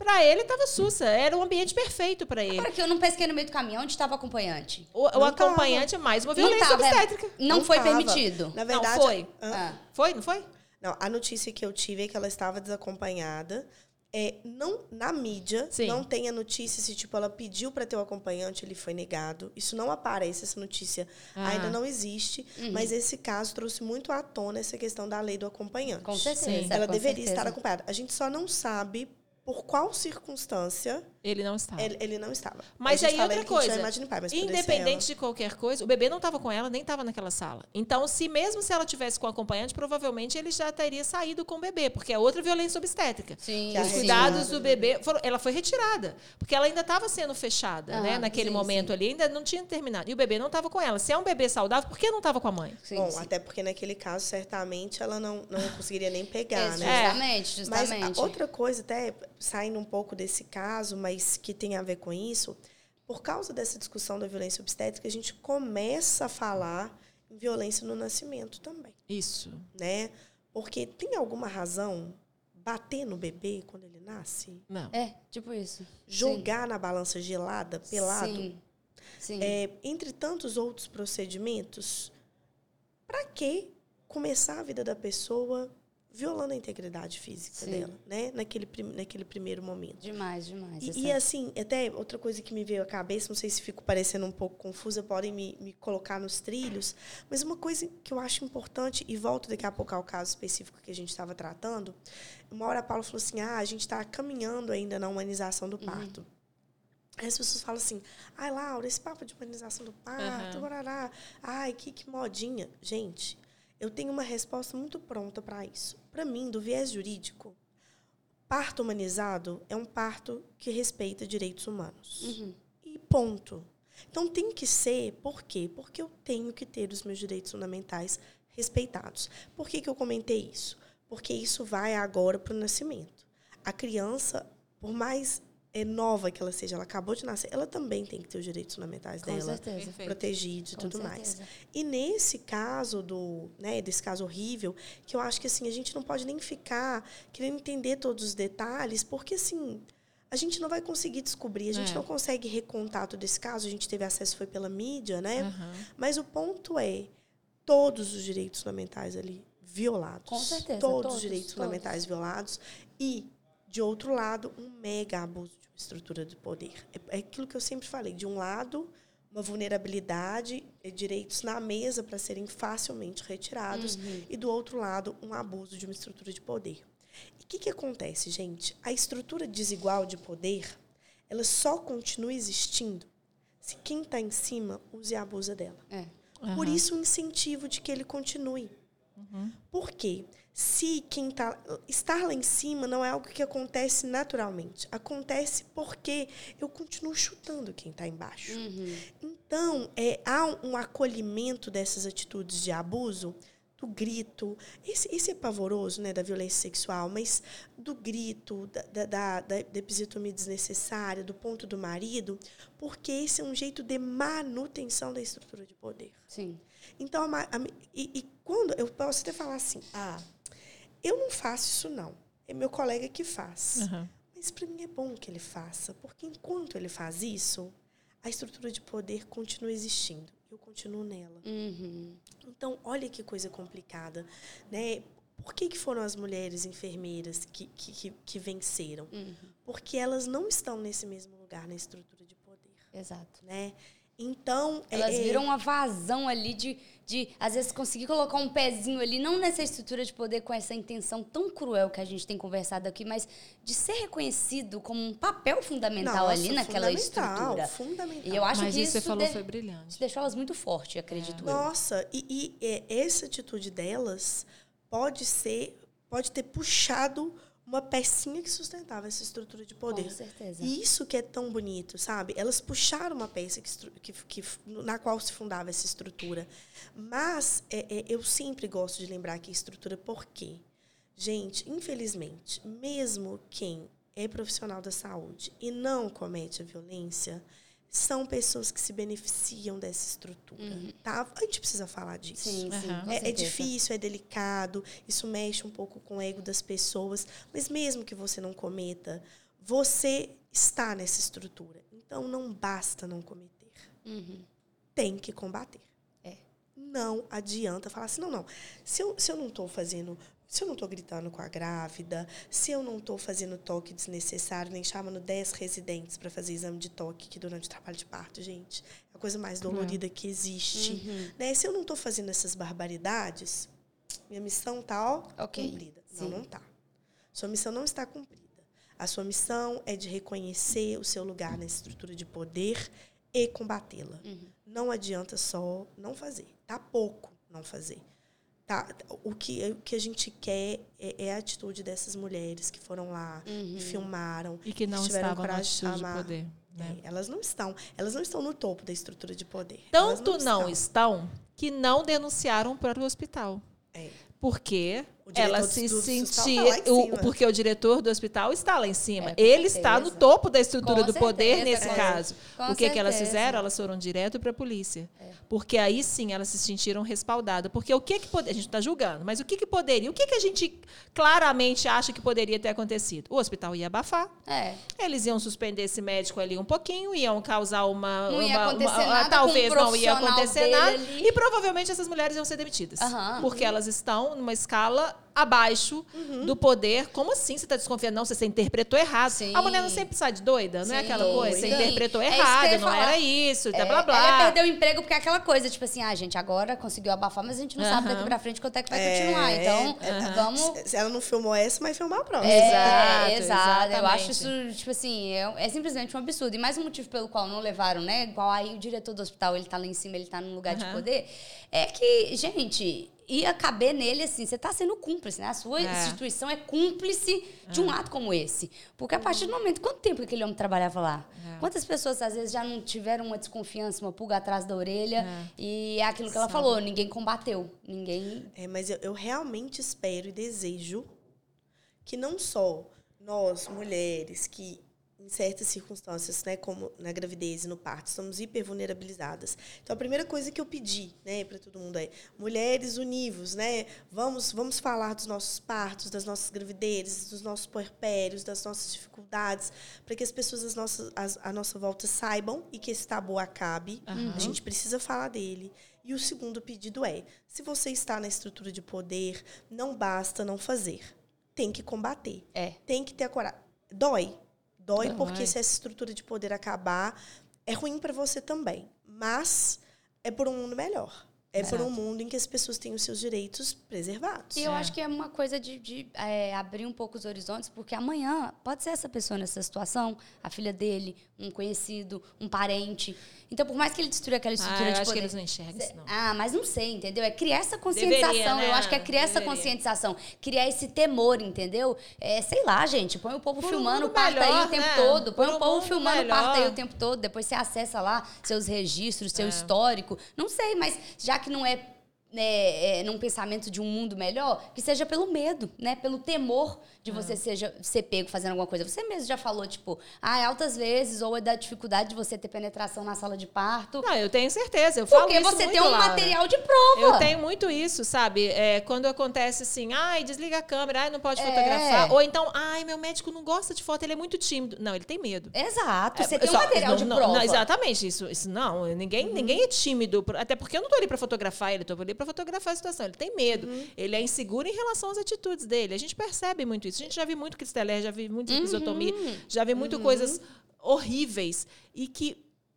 Pra ele, tava sussa. Era um ambiente perfeito pra ele. Agora que eu não pesquei no meio do caminho, onde estava o acompanhante? O, o acompanhante é mais uma violência não tava, obstétrica. Não, Não foi tava. permitido. Na verdade, não, foi. Ah. Foi, não foi? Não, a notícia que eu tive é que ela estava desacompanhada. É, não, na mídia, Sim. não tem a notícia se tipo, ela pediu para ter o acompanhante, ele foi negado. Isso não aparece, essa notícia Ah. ainda não existe. Uhum. Mas esse caso trouxe muito à tona essa questão da lei do acompanhante. Com certeza. Ela com deveria certeza. estar acompanhada. A gente só não sabe por qual circunstância Ele não estava. ele, ele não estava. Mas a gente aí fala outra ele que a gente coisa, não imagina pai, mas poderia ser independente ela. de qualquer coisa, o bebê não estava com ela, nem estava naquela sala. Então, se mesmo se ela tivesse com o acompanhante, provavelmente ele já teria saído com o bebê, porque é outra violência obstétrica. Sim, Os sim. cuidados do bebê, foram, ela foi retirada, porque ela ainda estava sendo fechada, Ah, né? Naquele sim, momento sim. ali, ainda não tinha terminado. E o bebê não estava com ela. Se é um bebê saudável, por que não estava com a mãe? Sim, Bom, sim. até porque naquele caso, certamente, ela não, não conseguiria nem pegar, É, né? justamente, justamente. Mas a outra coisa, até saindo um pouco desse caso, mas que tem a ver com isso, por causa dessa discussão da violência obstétrica, a gente começa a falar em violência no nascimento também, Isso. né? Porque tem alguma razão bater no bebê quando ele nasce? Não. É, tipo isso. Jogar na balança gelada, pelado? Sim, sim. É, entre tantos outros procedimentos, para que começar a vida da pessoa violando a integridade física Sim. dela, né? Naquele, prim- naquele primeiro momento. Demais, demais. E, essa- e, assim, até outra coisa que me veio à cabeça, não sei se fico parecendo um pouco confusa, podem me, me colocar nos trilhos, mas uma coisa que eu acho importante, e volto daqui a pouco ao caso específico que a gente estava tratando, uma hora a Paula falou assim, ah, a gente está caminhando ainda na humanização do parto. Uhum. Aí as pessoas falam assim, ai, Laura, esse papo de humanização do parto, Uhum. barará, ai, que, que modinha. Gente, eu tenho uma resposta muito pronta para isso. Para mim, do viés jurídico, parto humanizado é um parto que respeita direitos humanos. Uhum. E ponto. Então, tem que ser, por quê? Porque eu tenho que ter os meus direitos fundamentais respeitados. Por que que eu comentei isso? Porque isso vai agora para o nascimento. A criança, por mais é, nova que ela seja, ela acabou de nascer, ela também tem que ter os direitos fundamentais Com dela certeza. Perfeito. protegidos e Com tudo certeza. mais. E nesse caso do, né, desse caso horrível, que eu acho que assim, a gente não pode nem ficar querendo entender todos os detalhes, porque assim, a gente não vai conseguir descobrir, a gente É. não consegue recontar todo esse caso, a gente teve acesso foi pela mídia, né? Uhum. Mas o ponto é todos os direitos fundamentais ali violados. Com certeza, Todos, todos, os direitos todos. fundamentais violados e de outro lado, um mega abuso de uma estrutura de poder. É, é aquilo que eu sempre falei. De um lado, uma vulnerabilidade, é, direitos na mesa para serem facilmente retirados. Uhum. E, do outro lado, um abuso de uma estrutura de poder. E o que, que acontece, gente? A estrutura desigual de poder, ela só continua existindo se quem está em cima use e abusa dela. É. Por Uhum. isso, o incentivo de que ele continue. Uhum. Por quê? Se quem tá, estar lá em cima não é algo que acontece naturalmente. Acontece porque eu continuo chutando quem está embaixo. Uhum. Então, é, há um acolhimento dessas atitudes de abuso, do grito. Esse, esse é pavoroso, né, da violência sexual, mas do grito, da, da, da, da episiotomia desnecessária, do ponto do marido, porque esse é um jeito de manutenção da estrutura de poder. Sim. Então, a, a, e, e quando eu posso até falar assim, ah, eu não faço isso não, é meu colega que faz. Uhum. Mas para mim é bom que ele faça, porque enquanto ele faz isso, a estrutura de poder continua existindo. Eu continuo nela. Uhum. Então, olha que coisa complicada, né? Por que, que foram as mulheres enfermeiras que, que, que, que venceram? Uhum. Porque elas não estão nesse mesmo lugar na estrutura de poder, Exato. né? Então, Elas é, viram uma vazão ali de, de, às vezes, conseguir colocar um pezinho ali, não nessa estrutura de poder com essa intenção tão cruel que a gente tem conversado aqui, mas de ser reconhecido como um papel fundamental nossa, ali naquela fundamental, estrutura. fundamental. E eu acho Mas que isso que isso você falou de- foi brilhante. isso deixou elas muito fortes, acredito eu. Nossa, e, e é, essa atitude delas pode ser, pode ter puxado uma pecinha que sustentava essa estrutura de poder. Com certeza. E isso que é tão bonito, sabe? Elas puxaram uma peça que, estru- que, que, na qual se fundava essa estrutura. Mas é, é, eu sempre gosto de lembrar que a estrutura, por quê? Gente, infelizmente, mesmo quem é profissional da saúde e não comete a violência, são pessoas que se beneficiam dessa estrutura. Uhum. Tá? A gente precisa falar disso. Sim, sim, Aham. com É, é certeza. difícil, é delicado, isso mexe um pouco com o ego das pessoas, mas mesmo que você não cometa, Você está nessa estrutura. Então, não basta não cometer. Uhum. Tem que combater. É. Não adianta falar assim, não, não. Se eu, se eu não estou fazendo... Se eu não estou gritando com a grávida, se eu não estou fazendo toque desnecessário, nem chamando dez residentes para fazer exame de toque, que durante o trabalho de parto, gente, é a coisa mais dolorida que existe. Uhum. Né? Se eu não estou fazendo essas barbaridades, minha missão está okay. cumprida. Sim. Não, não está. Sua missão não está cumprida. A sua missão é de reconhecer o seu lugar na estrutura de poder e combatê-la. Uhum. Não adianta só não fazer. Tá pouco não fazer. Tá, o, que, o que a gente quer é, é a atitude dessas mulheres que foram lá, uhum. que filmaram. E que não que tiveram estavam na coragem atitude de amar. poder. Né? É, elas não estão. Elas não estão no topo da estrutura de poder. Tanto Elas não, não estão. estão que não denunciaram para o hospital. É. Porque O diretor ela do- se do- do hospital sentia. tá lá em o- cima. porque o diretor do hospital está lá em cima. É, com Ele está no certeza. topo da estrutura Com do poder certeza, nesse com- caso. com o que, que elas certeza. fizeram? Elas foram direto para a polícia. É. Porque aí sim elas se sentiram respaldadas. Porque o que que pode... A gente está julgando, mas o que, que poderia? O que, que a gente claramente acha que poderia ter acontecido? O hospital ia abafar. É. Eles iam suspender esse médico ali um pouquinho, iam causar uma... Não ia uma- acontecer uma- nada talvez com um não ia profissional acontecer dele nada. ali. E provavelmente essas mulheres iam ser demitidas. Aham. Porque elas estão numa escala abaixo Uhum. do poder. Como assim você está desconfiando? Não, você interpretou errado. Sim. A mulher não sempre sai de doida, não é Sim, aquela coisa? Você sim. interpretou É isso que eu errado, ia não falar. era isso, tá É, blá blá. Ela ia perder o emprego porque é aquela coisa, tipo assim, ah, gente, agora conseguiu abafar, mas a gente não sabe Aham. daqui pra frente quanto é que vai É, continuar. Então, é, vamos... Se ela não filmou essa, vai filmar a próxima. É, Exato, exato. Eu exatamente. acho isso, tipo assim, é, é simplesmente um absurdo. E mais um motivo pelo qual não levaram, né? Igual aí o diretor do hospital, ele tá lá em cima, ele tá num lugar de Aham. poder. É que, gente, ia caber nele, assim, você tá sendo cúmplice, né? A sua É. instituição é cúmplice de um ato como esse. Porque a partir do momento, quanto tempo que aquele homem trabalhava lá? É. Quantas pessoas, às vezes, já não tiveram uma desconfiança, uma pulga atrás da orelha? É. E é aquilo que ela Sabe. falou, ninguém combateu. Ninguém... É, mas eu, eu realmente espero e desejo que não só nós, mulheres, que em certas circunstâncias, né, como na gravidez e no parto, estamos hipervulnerabilizadas. Então, a primeira coisa que eu pedi, né, para todo mundo é: mulheres univos, né? Vamos, vamos falar dos nossos partos, das nossas gravidezes, dos nossos puerpérios, das nossas dificuldades, para que as pessoas às nossas, às, à nossa volta saibam e que esse tabu acabe. Aham. A gente precisa falar dele. E o segundo pedido é: se você está na estrutura de poder, não basta não fazer. Tem que combater. É. Tem que ter a coragem. Dói. Dói Dói. porque se essa estrutura de poder acabar, é ruim para você também. Mas é por um mundo melhor. É por Exato. um mundo em que as pessoas têm os seus direitos preservados. E eu É. acho que é uma coisa de, de, é, abrir um pouco os horizontes, porque amanhã pode ser essa pessoa nessa situação, a filha dele, um conhecido, um parente. Então, por mais que ele destrua aquela estrutura Ah, eu de acho poder... que eles não enxergam isso, não. Ah, mas não sei, entendeu? É criar essa conscientização. Deveria, né? Eu acho que é criar essa Deveria. conscientização. Criar esse temor, entendeu? É, sei lá, gente. Põe o povo Por um filmando o mundo parto aí melhor, o tempo né? todo. Põe Por o um povo mundo filmando o parto aí melhor. o tempo todo. Depois você acessa lá seus registros, seu É. histórico. Não sei, mas já que não é né, é, num pensamento de um mundo melhor, que seja pelo medo, né? Pelo temor de você seja, ser pego fazendo alguma coisa. Você mesmo já falou, tipo, ah, altas vezes, ou é da dificuldade de você ter penetração na sala de parto. Não, eu tenho certeza. Eu falo Porque isso você muito, tem um Laura. material de prova. Eu tenho muito isso, sabe? É, quando acontece assim, ai, desliga a câmera, ai, não pode É. fotografar. Ou então, ai, meu médico não gosta de foto, ele é muito tímido. Não, ele tem medo. Exato. Você É, tem um só- material não, de não, prova. não, exatamente, isso, isso não. Ninguém, ninguém é tímido. Até porque eu não tô ali para fotografar ele, tô ali para fotografar a situação. Ele tem medo. Ele é inseguro em relação às atitudes dele. A gente percebe muito isso. A gente já viu muito cristeler, já viu muito episiotomia, já viu muito coisas horríveis. E que,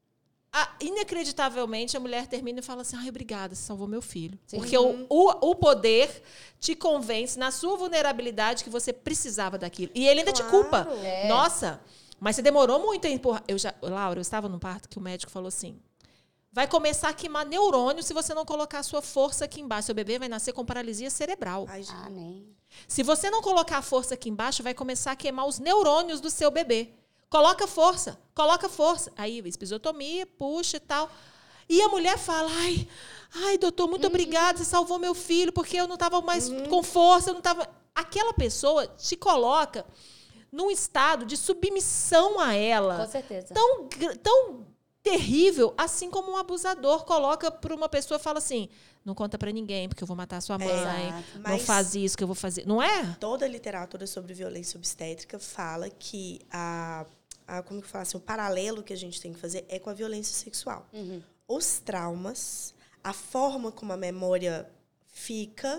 ah, inacreditavelmente, a mulher termina e fala assim, ai, obrigada, você salvou meu filho. Sim. Porque o, o, o poder te convence na sua vulnerabilidade que você precisava daquilo. E ele ainda te Claro. culpa. É. Nossa, mas você demorou muito a empurrar. Eu já, Laura, eu estava num parto que o médico falou assim, vai começar a queimar neurônio se você não colocar a sua força aqui embaixo. Seu bebê vai nascer com paralisia cerebral. Ai, gente. Ah, nem. Se você não colocar a força aqui embaixo, vai começar a queimar os neurônios do seu bebê. Coloca força, coloca força. Aí, episiotomia, puxa e tal. E a mulher fala, ai, ai, doutor, muito obrigada, você salvou meu filho, porque eu não estava mais com força, eu não estava... Aquela pessoa te coloca num estado de submissão a ela. Com certeza. Tão, gr- tão terrível, assim como um abusador coloca para uma pessoa e fala assim, não conta para ninguém, porque eu vou matar sua mãe, Exato. não Mas faz isso que eu vou fazer. Não é? toda a literatura sobre violência obstétrica fala que a, a, como que fala assim, o paralelo que a gente tem que fazer é com a violência sexual. Uhum. Os traumas, a forma como a memória fica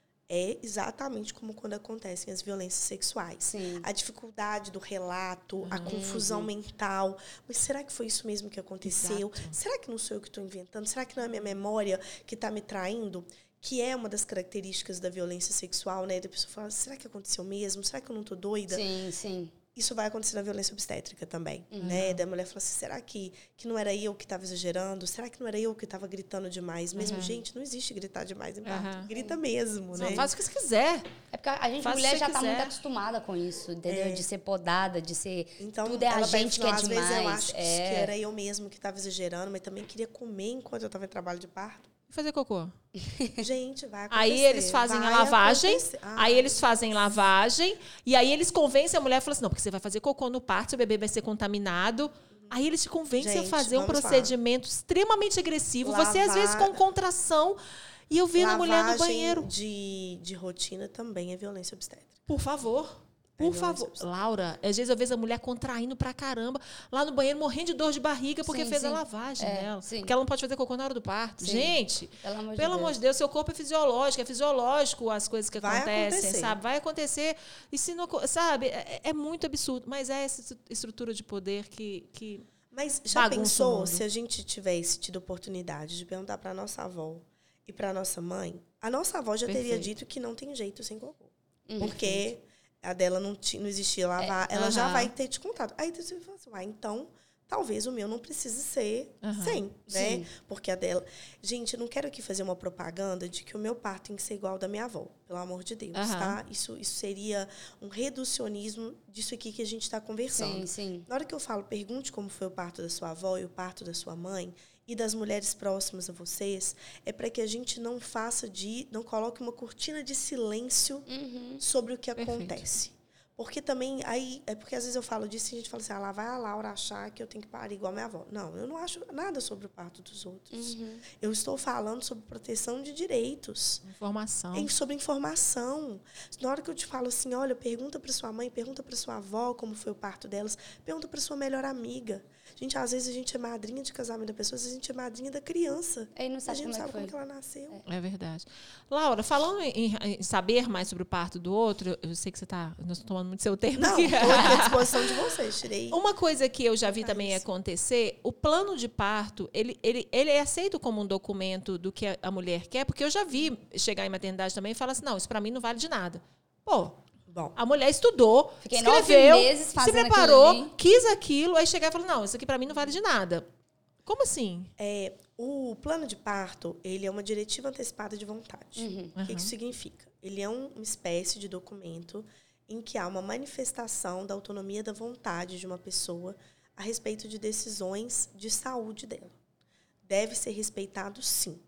é exatamente como quando acontecem as violências sexuais. Sim. A dificuldade do relato, a confusão Uhum. mental. Mas será que foi isso mesmo que aconteceu? Exato. Será que não sou eu que estou inventando? Será que não é a minha memória que está me traindo? Que é uma das características da violência sexual, né? Da pessoa falar, será que aconteceu mesmo? Será que eu não estou doida? Sim, sim. Isso vai acontecer na violência obstétrica também, uhum. né? Da mulher falar assim, será que, que não era eu que estava exagerando? Será que não era eu que estava gritando demais? Mesmo, uhum. gente, não existe gritar demais em parto. Uhum. Grita mesmo, não, né? Faz o que você quiser. É porque a gente, faz mulher, já está muito acostumada com isso, entendeu? É. De ser podada, de ser... Então, tudo é a gente que é às demais. Às vezes eu acho é. que era eu mesmo que estava exagerando, mas também queria comer enquanto eu estava em trabalho de parto. E fazer cocô? Gente, vai acontecer. Aí eles fazem vai a lavagem, ah, aí eles fazem lavagem, e aí eles convencem a mulher e falam assim, não, porque você vai fazer cocô no parto, seu bebê vai ser contaminado. Aí eles te convencem Gente, a fazer um procedimento lá. extremamente agressivo. Lavar, você, às vezes, com contração, e eu vendo a mulher no banheiro. De, de rotina também é violência obstétrica. Por favor. Por favor. Laura, às vezes eu vejo a mulher contraindo pra caramba, lá no banheiro, morrendo de dor de barriga, porque sim, fez sim. a lavagem é, dela. Sim. Porque ela não pode fazer cocô na hora do parto. Sim. Gente, pelo, amor de, pelo Deus. amor de Deus, seu corpo é fisiológico, é fisiológico as coisas que Vai acontecem, acontecer. sabe? Vai acontecer. E se não, sabe, é, é muito absurdo. Mas é essa estrutura de poder que. que Mas já pensou se a gente tivesse tido oportunidade de perguntar para nossa avó e para nossa mãe? A nossa avó já Perfeito. teria dito que não tem jeito sem cocô. Uhum. Porque a dela não, t- não existia lavar, é. ela uhum. já vai ter te contado. Aí você fala assim, ah, então talvez o meu não precise ser uhum. sem, né? Sim. Porque a dela... Gente, eu não quero aqui fazer uma propaganda de que o meu parto tem que ser igual ao da minha avó, pelo amor de Deus, uhum. tá? Isso, isso seria um reducionismo disso aqui que a gente está conversando. Sim, sim. Na hora que eu falo, pergunte como foi o parto da sua avó e o parto da sua mãe e das mulheres próximas a vocês, é para que a gente não faça de... não coloque uma cortina de silêncio uhum. sobre o que Perfeito. acontece. Porque também, aí, é porque às vezes eu falo disso e a gente fala assim, ah, lá vai a Laura achar que eu tenho que parir igual a minha avó. Não, eu não acho nada sobre o parto dos outros. Uhum. Eu estou falando sobre proteção de direitos. Informação. É sobre informação. Na hora que eu te falo assim, olha, pergunta para sua mãe, pergunta para sua avó como foi o parto delas, pergunta para sua melhor amiga. Gente, às vezes a gente é madrinha de casamento da pessoa, às vezes a gente é madrinha da criança. E não sabe a gente como não é sabe que foi. como que ela nasceu. É verdade. Laura, falando em, em saber mais sobre o parto do outro, eu sei que você está... Nós estamos tomando muito seu tempo Não, aqui. estou aqui à disposição de vocês. Tirei. Uma coisa que eu já vi também acontecer, o plano de parto, ele, ele, ele é aceito como um documento do que a mulher quer, porque eu já vi chegar em maternidade também e falar assim, não, isso para mim não vale de nada. Pô, Bom, a mulher estudou, Fiquei escreveu, nove meses se fazendo preparou, aquilo ali. quis aquilo, aí chegar e falar, não, isso aqui para mim não vale de nada. Como assim? É, o plano de parto, ele é uma diretiva antecipada de vontade. Uhum. O que, que isso significa? Ele é um, uma espécie de documento em que há uma manifestação da autonomia da vontade de uma pessoa a respeito de decisões de saúde dela. Deve ser respeitado, sim.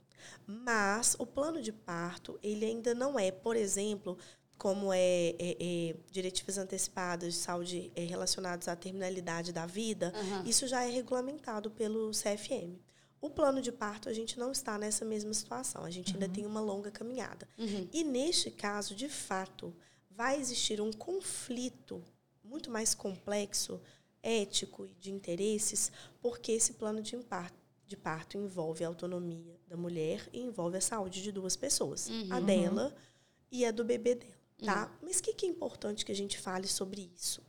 Mas o plano de parto, ele ainda não é, por exemplo, como é, é, é diretivas antecipadas de saúde é, relacionadas à terminalidade da vida, Uhum. isso já é regulamentado pelo C F M. O plano de parto, a gente não está nessa mesma situação. A gente Uhum. ainda tem uma longa caminhada. Uhum. E, neste caso, de fato, vai existir um conflito muito mais complexo, ético e de interesses, porque esse plano de parto, de parto envolve a autonomia da mulher e envolve a saúde de duas pessoas, Uhum. a dela e a do bebê dela. Tá? Uhum. Mas o que, que é importante que a gente fale sobre isso?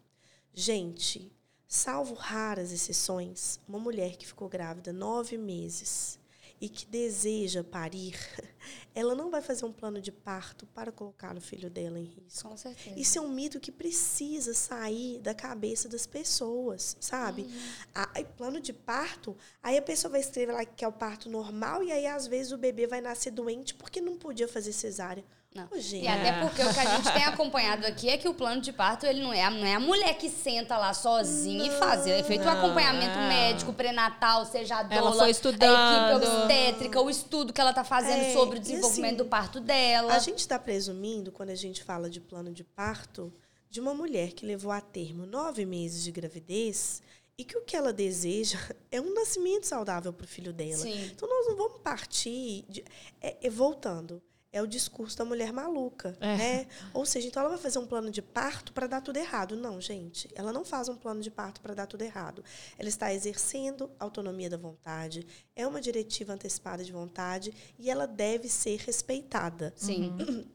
Gente, salvo raras exceções, uma mulher que ficou grávida nove meses e que deseja parir, ela não vai fazer um plano de parto para colocar o filho dela em risco. Com certeza. Isso é um mito que precisa sair da cabeça das pessoas, sabe? Uhum. Aí, plano de parto, aí a pessoa vai escrever lá que é o parto normal e aí, às vezes, o bebê vai nascer doente porque não podia fazer cesárea. Não. Ô, gente. E até porque o que a gente tem acompanhado aqui é que o plano de parto, ele não é, a- não é a mulher que senta lá sozinha e faz. É feito um acompanhamento não. médico, pré-natal, seja a Ela doula, foi a estudando. equipe obstétrica, o estudo que ela está fazendo É, sobre o e desenvolvimento assim, do parto dela. A gente está presumindo, quando a gente fala de plano de parto, de uma mulher que levou a termo nove meses de gravidez e que o que ela deseja é um nascimento saudável para o filho dela. Sim. Então, nós não vamos partir... De, é, é, voltando, é o discurso da mulher maluca. É. Né? Ou seja, então ela vai fazer um plano de parto para dar tudo errado. Não, gente. Ela não faz um plano de parto para dar tudo errado. Ela está exercendo a autonomia da vontade. É uma diretiva antecipada de vontade e ela deve ser respeitada. Sim.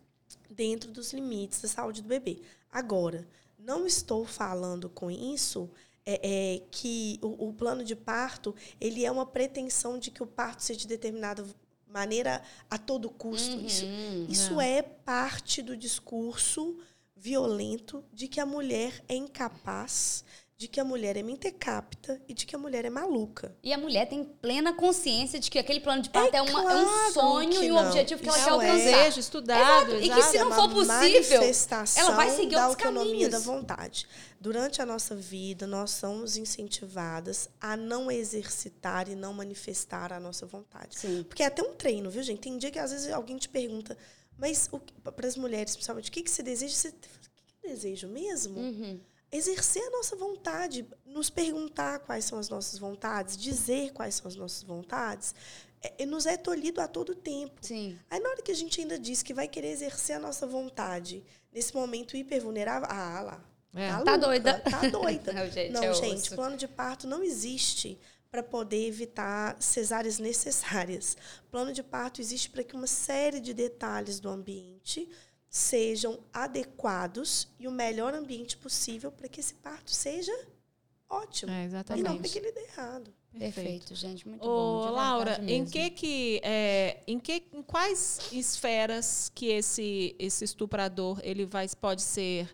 Dentro dos limites da saúde do bebê. Agora, não estou falando com isso... É, é, que o, o plano de parto ele é uma pretensão de que o parto seja de determinada maneira a todo custo. Uhum, isso isso é parte do discurso violento de que a mulher é incapaz, de que a mulher é mentecapta e de que a mulher é maluca. E a mulher tem plena consciência de que aquele plano de parto é, É uma, claro é um sonho que e um não. objetivo que ela Isso quer é alcançar. Desejo estudado. Exato. E que se É não uma for possível, manifestação ela vai seguir da outros autonomia caminhos. da vontade. Durante a nossa vida, nós somos incentivadas a não exercitar e não manifestar a nossa vontade. Sim. Porque é até um treino, viu, gente? Tem dia que às vezes alguém te pergunta, mas para as mulheres, principalmente, o que, que você deseja? Você, o que, que eu desejo mesmo? Uhum. Exercer a nossa vontade, nos perguntar quais são as nossas vontades, dizer quais são as nossas vontades, é, nos é tolhido a todo tempo. Sim. Aí, na hora que a gente ainda diz que vai querer exercer a nossa vontade, nesse momento hipervulnerável, ah, lá, É. tá, Tá louca, doida. Tá doida. Não, gente, não, é gente, osso. plano de parto não existe para poder evitar cesáreas necessárias. Plano de parto existe para que uma série de detalhes do ambiente sejam adequados e o melhor ambiente possível para que esse parto seja ótimo. É, E exatamente. não para que ele dê errado. Perfeito, gente. Muito Ô, bom. de Laura, verdade em mesmo. que que é, em que em quais esferas que esse esse estuprador ele vai pode ser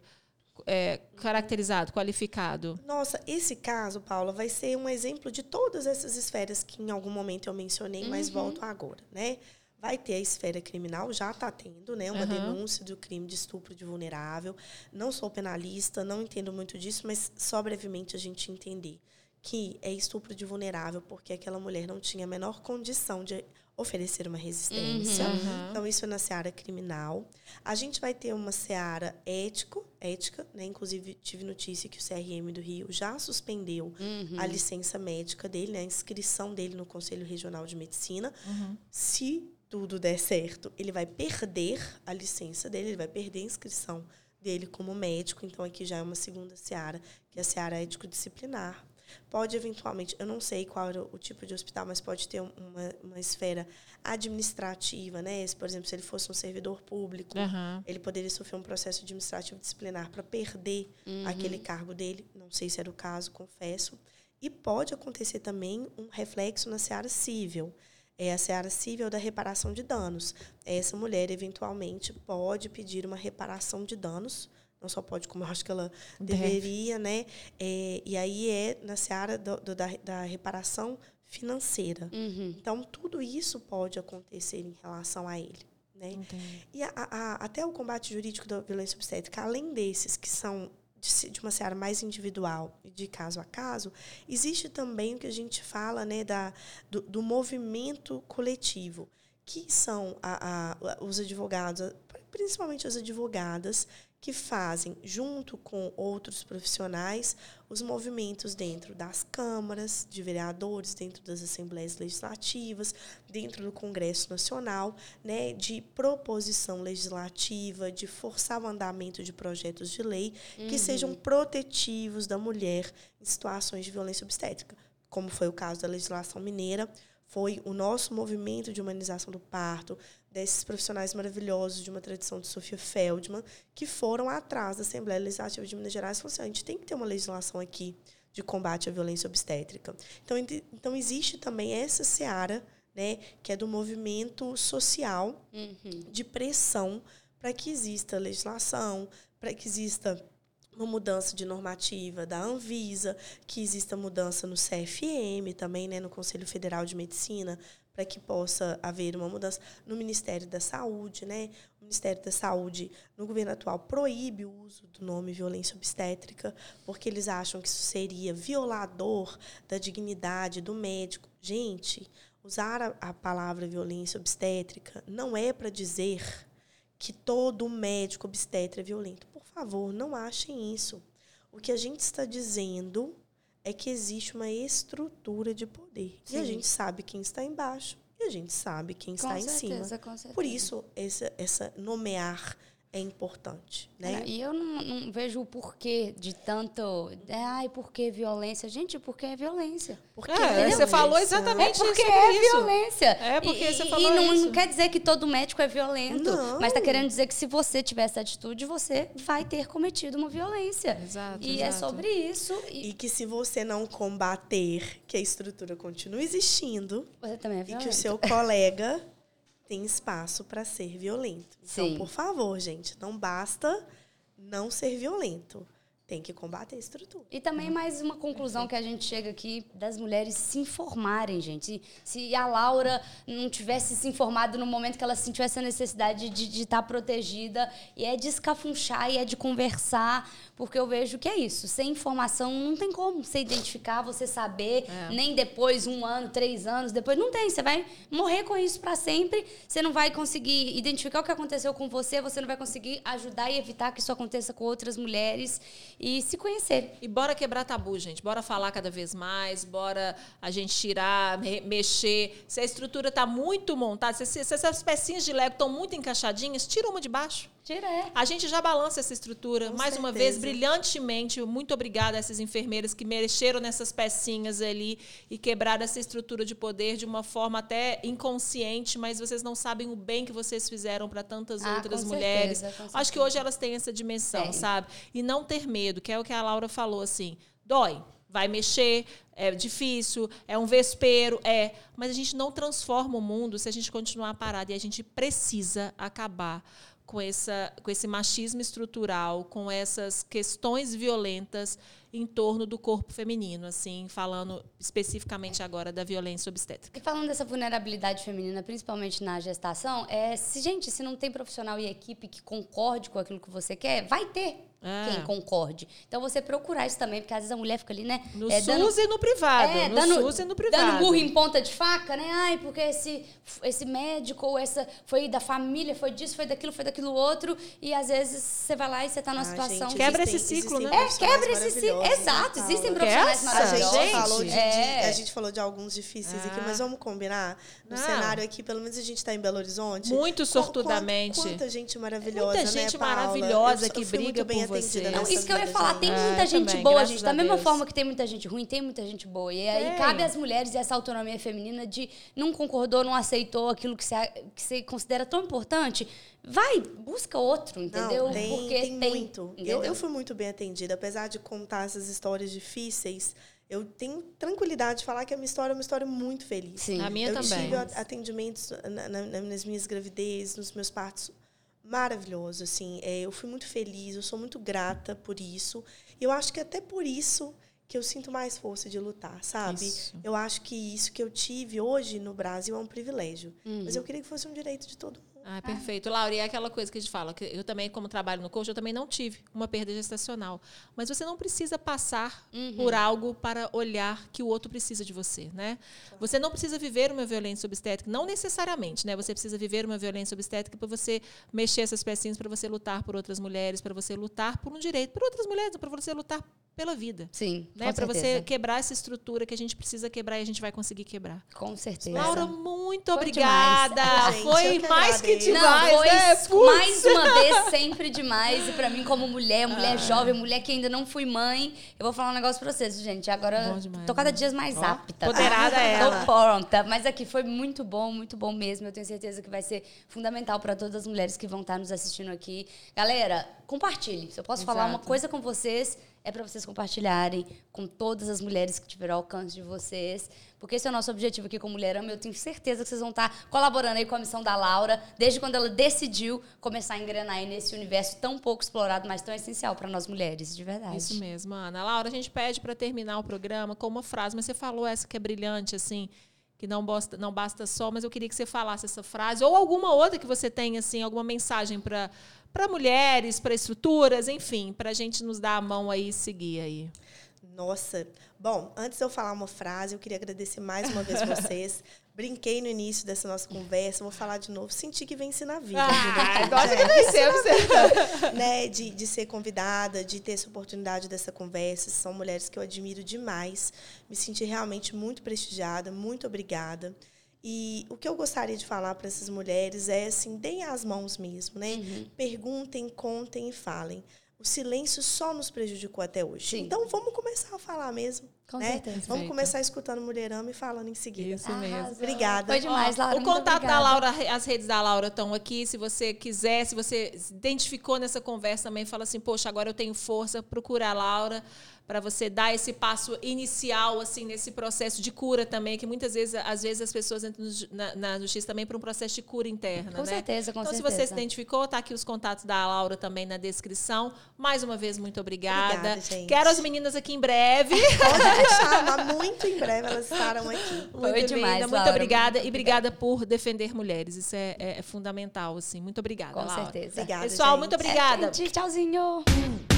é, caracterizado, qualificado? Nossa, esse caso, Paula, vai ser um exemplo de todas essas esferas que em algum momento eu mencionei, mas Uhum. volto agora, né? Vai ter a esfera criminal, já está tendo, né? Uma Uhum. denúncia do crime de estupro de vulnerável. Não sou penalista, não entendo muito disso, mas só brevemente a gente entender que é estupro de vulnerável porque aquela mulher não tinha a menor condição de oferecer uma resistência. Uhum. Então, isso é na seara criminal. A gente vai ter uma seara ético, ética, né? Inclusive, tive notícia que o C R M do Rio já suspendeu Uhum. a licença médica dele, né? A inscrição dele no Conselho Regional de Medicina. Uhum. Se tudo der certo, ele vai perder a licença dele, ele vai perder a inscrição dele como médico. Então, aqui já é uma segunda seara, que é a seara ético-disciplinar. Pode, eventualmente, eu não sei qual era o tipo de hospital, mas pode ter uma, uma esfera administrativa, né? Se, por exemplo, se ele fosse um servidor público, Uhum. ele poderia sofrer um processo administrativo disciplinar para perder Uhum. aquele cargo dele. Não sei se era o caso, confesso. E pode acontecer também um reflexo na seara civil. É a seara civil da reparação de danos. Essa mulher, eventualmente, pode pedir uma reparação de danos. Não só pode, como eu acho que ela Deve. deveria, né? É, e aí é na seara do, do, da, da reparação financeira. Uhum. Então, tudo isso pode acontecer em relação a ele. Né? Entendi. E a, a, até o combate jurídico da violência obstétrica, além desses que são de, de uma seara mais individual e de caso a caso, existe também o que a gente fala, né, da, do, do movimento coletivo, que são a, a, os advogados, principalmente as advogadas, que fazem, junto com outros profissionais, os movimentos dentro das câmaras de vereadores, dentro das assembleias legislativas, dentro do Congresso Nacional, né, de proposição legislativa, de forçar o andamento de projetos de lei que Uhum. sejam protetivos da mulher em situações de violência obstétrica, como foi o caso da legislação mineira. Foi o nosso movimento de humanização do parto, desses profissionais maravilhosos de uma tradição de Sofia Feldman, que foram atrás da Assembleia Legislativa de Minas Gerais e falaram assim, a gente tem que ter uma legislação aqui de combate à violência obstétrica. Então, então existe também essa seara, né, que é do movimento social Uhum. de pressão para que exista legislação, para que exista uma mudança de normativa da Anvisa, que exista mudança no C F M também, né, no Conselho Federal de Medicina, para que possa haver uma mudança no Ministério da Saúde, né? O Ministério da Saúde, no governo atual, proíbe o uso do nome violência obstétrica, porque eles acham que isso seria violador da dignidade do médico. Gente, usar a, a palavra violência obstétrica não é para dizer que todo médico obstetra é violento. Por favor, não achem isso. O que a gente está dizendo é é que existe uma estrutura de poder. Sim. E a gente sabe quem está embaixo e a gente sabe quem está com em certeza, cima. Com certeza. Por isso, essa, essa nomear é importante, né? É, e eu não, não vejo o porquê de tanto... Ai, por que violência? Gente, porque é violência. Porque é, você falou exatamente é porque isso. É isso. violência. É porque e, você e, falou e não, isso. não quer dizer que todo médico é violento. Não. Mas está querendo dizer que se você tiver essa atitude, você vai ter cometido uma violência. Exato, e exato. é sobre isso. E, e que se você não combater, que a estrutura continue existindo. Você também é violento. E que o seu colega... tem espaço para ser violento. Então, Sim. por favor, gente, não basta não ser violento. Tem que combater a estrutura. E também mais uma conclusão que a gente chega aqui das mulheres se informarem, gente. Se, se a Laura não tivesse se informado no momento que ela sentiu essa necessidade de estar protegida, e é de escafunchar, e é de conversar, porque eu vejo que é isso. Sem informação não tem como você identificar, você saber, é. nem depois, um ano, três anos, depois não tem. Você vai morrer com isso para sempre, você não vai conseguir identificar o que aconteceu com você, você não vai conseguir ajudar e evitar que isso aconteça com outras mulheres. E se conhecer. E bora quebrar tabu, gente. Bora falar cada vez mais, bora a gente tirar, me mexer. Se a estrutura está muito montada, se, se essas pecinhas de Lego estão muito encaixadinhas, tira uma de baixo. Tira, é. A gente já balança essa estrutura. Com mais certeza. uma vez, brilhantemente. Muito obrigada a essas enfermeiras que mexeram nessas pecinhas ali e quebraram essa estrutura de poder de uma forma até inconsciente, mas vocês não sabem o bem que vocês fizeram para tantas ah, outras com mulheres. Certeza, com certeza. Acho que hoje elas têm essa dimensão, Tem. sabe? E não ter medo, que é o que a Laura falou, assim, dói, vai mexer, é difícil, é um vespeiro, é, mas a gente não transforma o mundo se a gente continuar parado, e a gente precisa acabar com, essa, com esse machismo estrutural, com essas questões violentas em torno do corpo feminino, assim, falando especificamente agora da violência obstétrica. E falando dessa vulnerabilidade feminina, principalmente na gestação, é, se, gente, se não tem profissional e equipe que concorde com aquilo que você quer, vai ter é. quem concorde. Então, você procurar isso também, porque às vezes a mulher fica ali, né? No é, SUS dando, e no privado. É, no dando, SUS e no privado. Dando burro em ponta de faca, né? Ai, porque esse, esse médico ou essa foi da família, foi disso, foi daquilo, foi daquilo outro. E às vezes você vai lá e você tá numa ah, situação... Gente, quebra existem, esse ciclo, né? É, quebra esse ciclo. Exato, né, existem profissionais maravilhosos. A gente, falou de, é. de, a gente falou de alguns difíceis ah. aqui, mas vamos combinar? No Não. cenário aqui, pelo menos a gente está em Belo Horizonte. Muito sortudamente. Quanta, quanta gente maravilhosa, Muita gente né, Paula? maravilhosa eu, que eu fui briga muito bem por atendida você. Não, isso que eu ia falar, gente. tem muita é, gente também, boa, gente. Da mesma Deus. forma que tem muita gente ruim, tem muita gente boa. E aí é. cabe às mulheres essa autonomia feminina de não concordou, não aceitou aquilo que você, que você considera tão importante. Vai, busca outro, entendeu? Não, tem, Porque tem, tem muito. Eu, eu fui muito bem atendida, apesar de contar essas histórias difíceis. Eu tenho tranquilidade de falar que a minha história é uma história muito feliz. Sim. A minha eu também. tive atendimentos na, na, nas minhas gravidezes, nos meus partos, maravilhoso. Assim, é, eu fui muito feliz, eu sou muito grata por isso. E eu acho que até por isso que eu sinto mais força de lutar, sabe? Isso. Eu acho que isso que eu tive hoje no Brasil é um privilégio. Uhum. Mas eu queria que fosse um direito de todo mundo. Ah, perfeito. Laura, e é aquela coisa que a gente fala, que eu também, como trabalho no coach, eu também não tive uma perda gestacional. Mas você não precisa passar uhum. por algo para olhar que o outro precisa de você, né? Você não precisa viver uma violência obstétrica, não necessariamente, né? Você precisa viver uma violência obstétrica para você mexer essas pecinhas, para você lutar por outras mulheres, para você lutar por um direito, por outras mulheres, para você lutar pela vida. Sim, né? Para você quebrar essa estrutura que a gente precisa quebrar e a gente vai conseguir quebrar. Com certeza. Laura, muito Foi obrigada. Gente, foi mais que demais, Não, foi né? mais uma vez, sempre demais. E pra mim, como mulher, mulher ah. jovem, mulher que ainda não fui mãe, eu vou falar um negócio pra vocês, gente. Agora demais, tô cada dia mais ó, apta. Poderada ah, ela. Tô pronta. Mas aqui foi muito bom, muito bom mesmo. Eu tenho certeza que vai ser fundamental pra todas as mulheres que vão estar nos assistindo aqui. Galera, compartilhe. Se eu posso Exato. falar uma coisa com vocês, é para vocês compartilharem com todas as mulheres que tiveram ao alcance de vocês, porque esse é o nosso objetivo aqui com Mulherama. Eu tenho certeza que vocês vão estar colaborando aí com a missão da Laura, desde quando ela decidiu começar a engrenar aí nesse universo tão pouco explorado, mas tão essencial para nós mulheres, de verdade. Isso mesmo, Ana. Laura, a gente pede para terminar o programa com uma frase, mas você falou essa que é brilhante, assim, que não basta, não basta só, mas eu queria que você falasse essa frase, ou alguma outra que você tenha, assim, alguma mensagem para para mulheres, para estruturas, enfim, para a gente nos dar a mão aí e seguir aí. Nossa. Bom, antes de eu falar uma frase, eu queria agradecer mais uma vez vocês. brinquei no início dessa nossa conversa, vou falar de novo, senti que venci na vida. Ah, gosto que vencemos. Né, de, de ser convidada, de ter essa oportunidade dessa conversa. São mulheres que eu admiro demais. Me senti realmente muito prestigiada, muito obrigada. E o que eu gostaria de falar para essas mulheres é assim, deem as mãos mesmo, né? Uhum. Perguntem, contem e falem. O silêncio só nos prejudicou até hoje. Sim. Então, vamos começar a falar mesmo. Com né? certeza. Vamos começar escutando Mulherama e falando em seguida. Isso mesmo. Obrigada. Foi demais, Laura. O contato da Laura, as redes da Laura estão aqui. Se você quiser, se você se identificou nessa conversa também, fala assim, poxa, agora eu tenho força, procura a Laura para você dar esse passo inicial assim nesse processo de cura também, que muitas vezes, às vezes as pessoas entram na, na justiça também para um processo de cura interna, com né? certeza, com então, certeza. se você se identificou, tá aqui os contatos da Laura também na descrição. Mais uma vez, muito obrigada. Obrigada, gente. Quero as meninas aqui em breve. Pode deixar, mas muito em breve elas estarão aqui. Muito Foi demais, linda, muito Laura, obrigada muito e obrigada por defender mulheres. Isso é, é, é fundamental, assim. Muito obrigada, com Laura. certeza. Obrigada, Pessoal, gente. muito obrigada. É, gente, tchauzinho.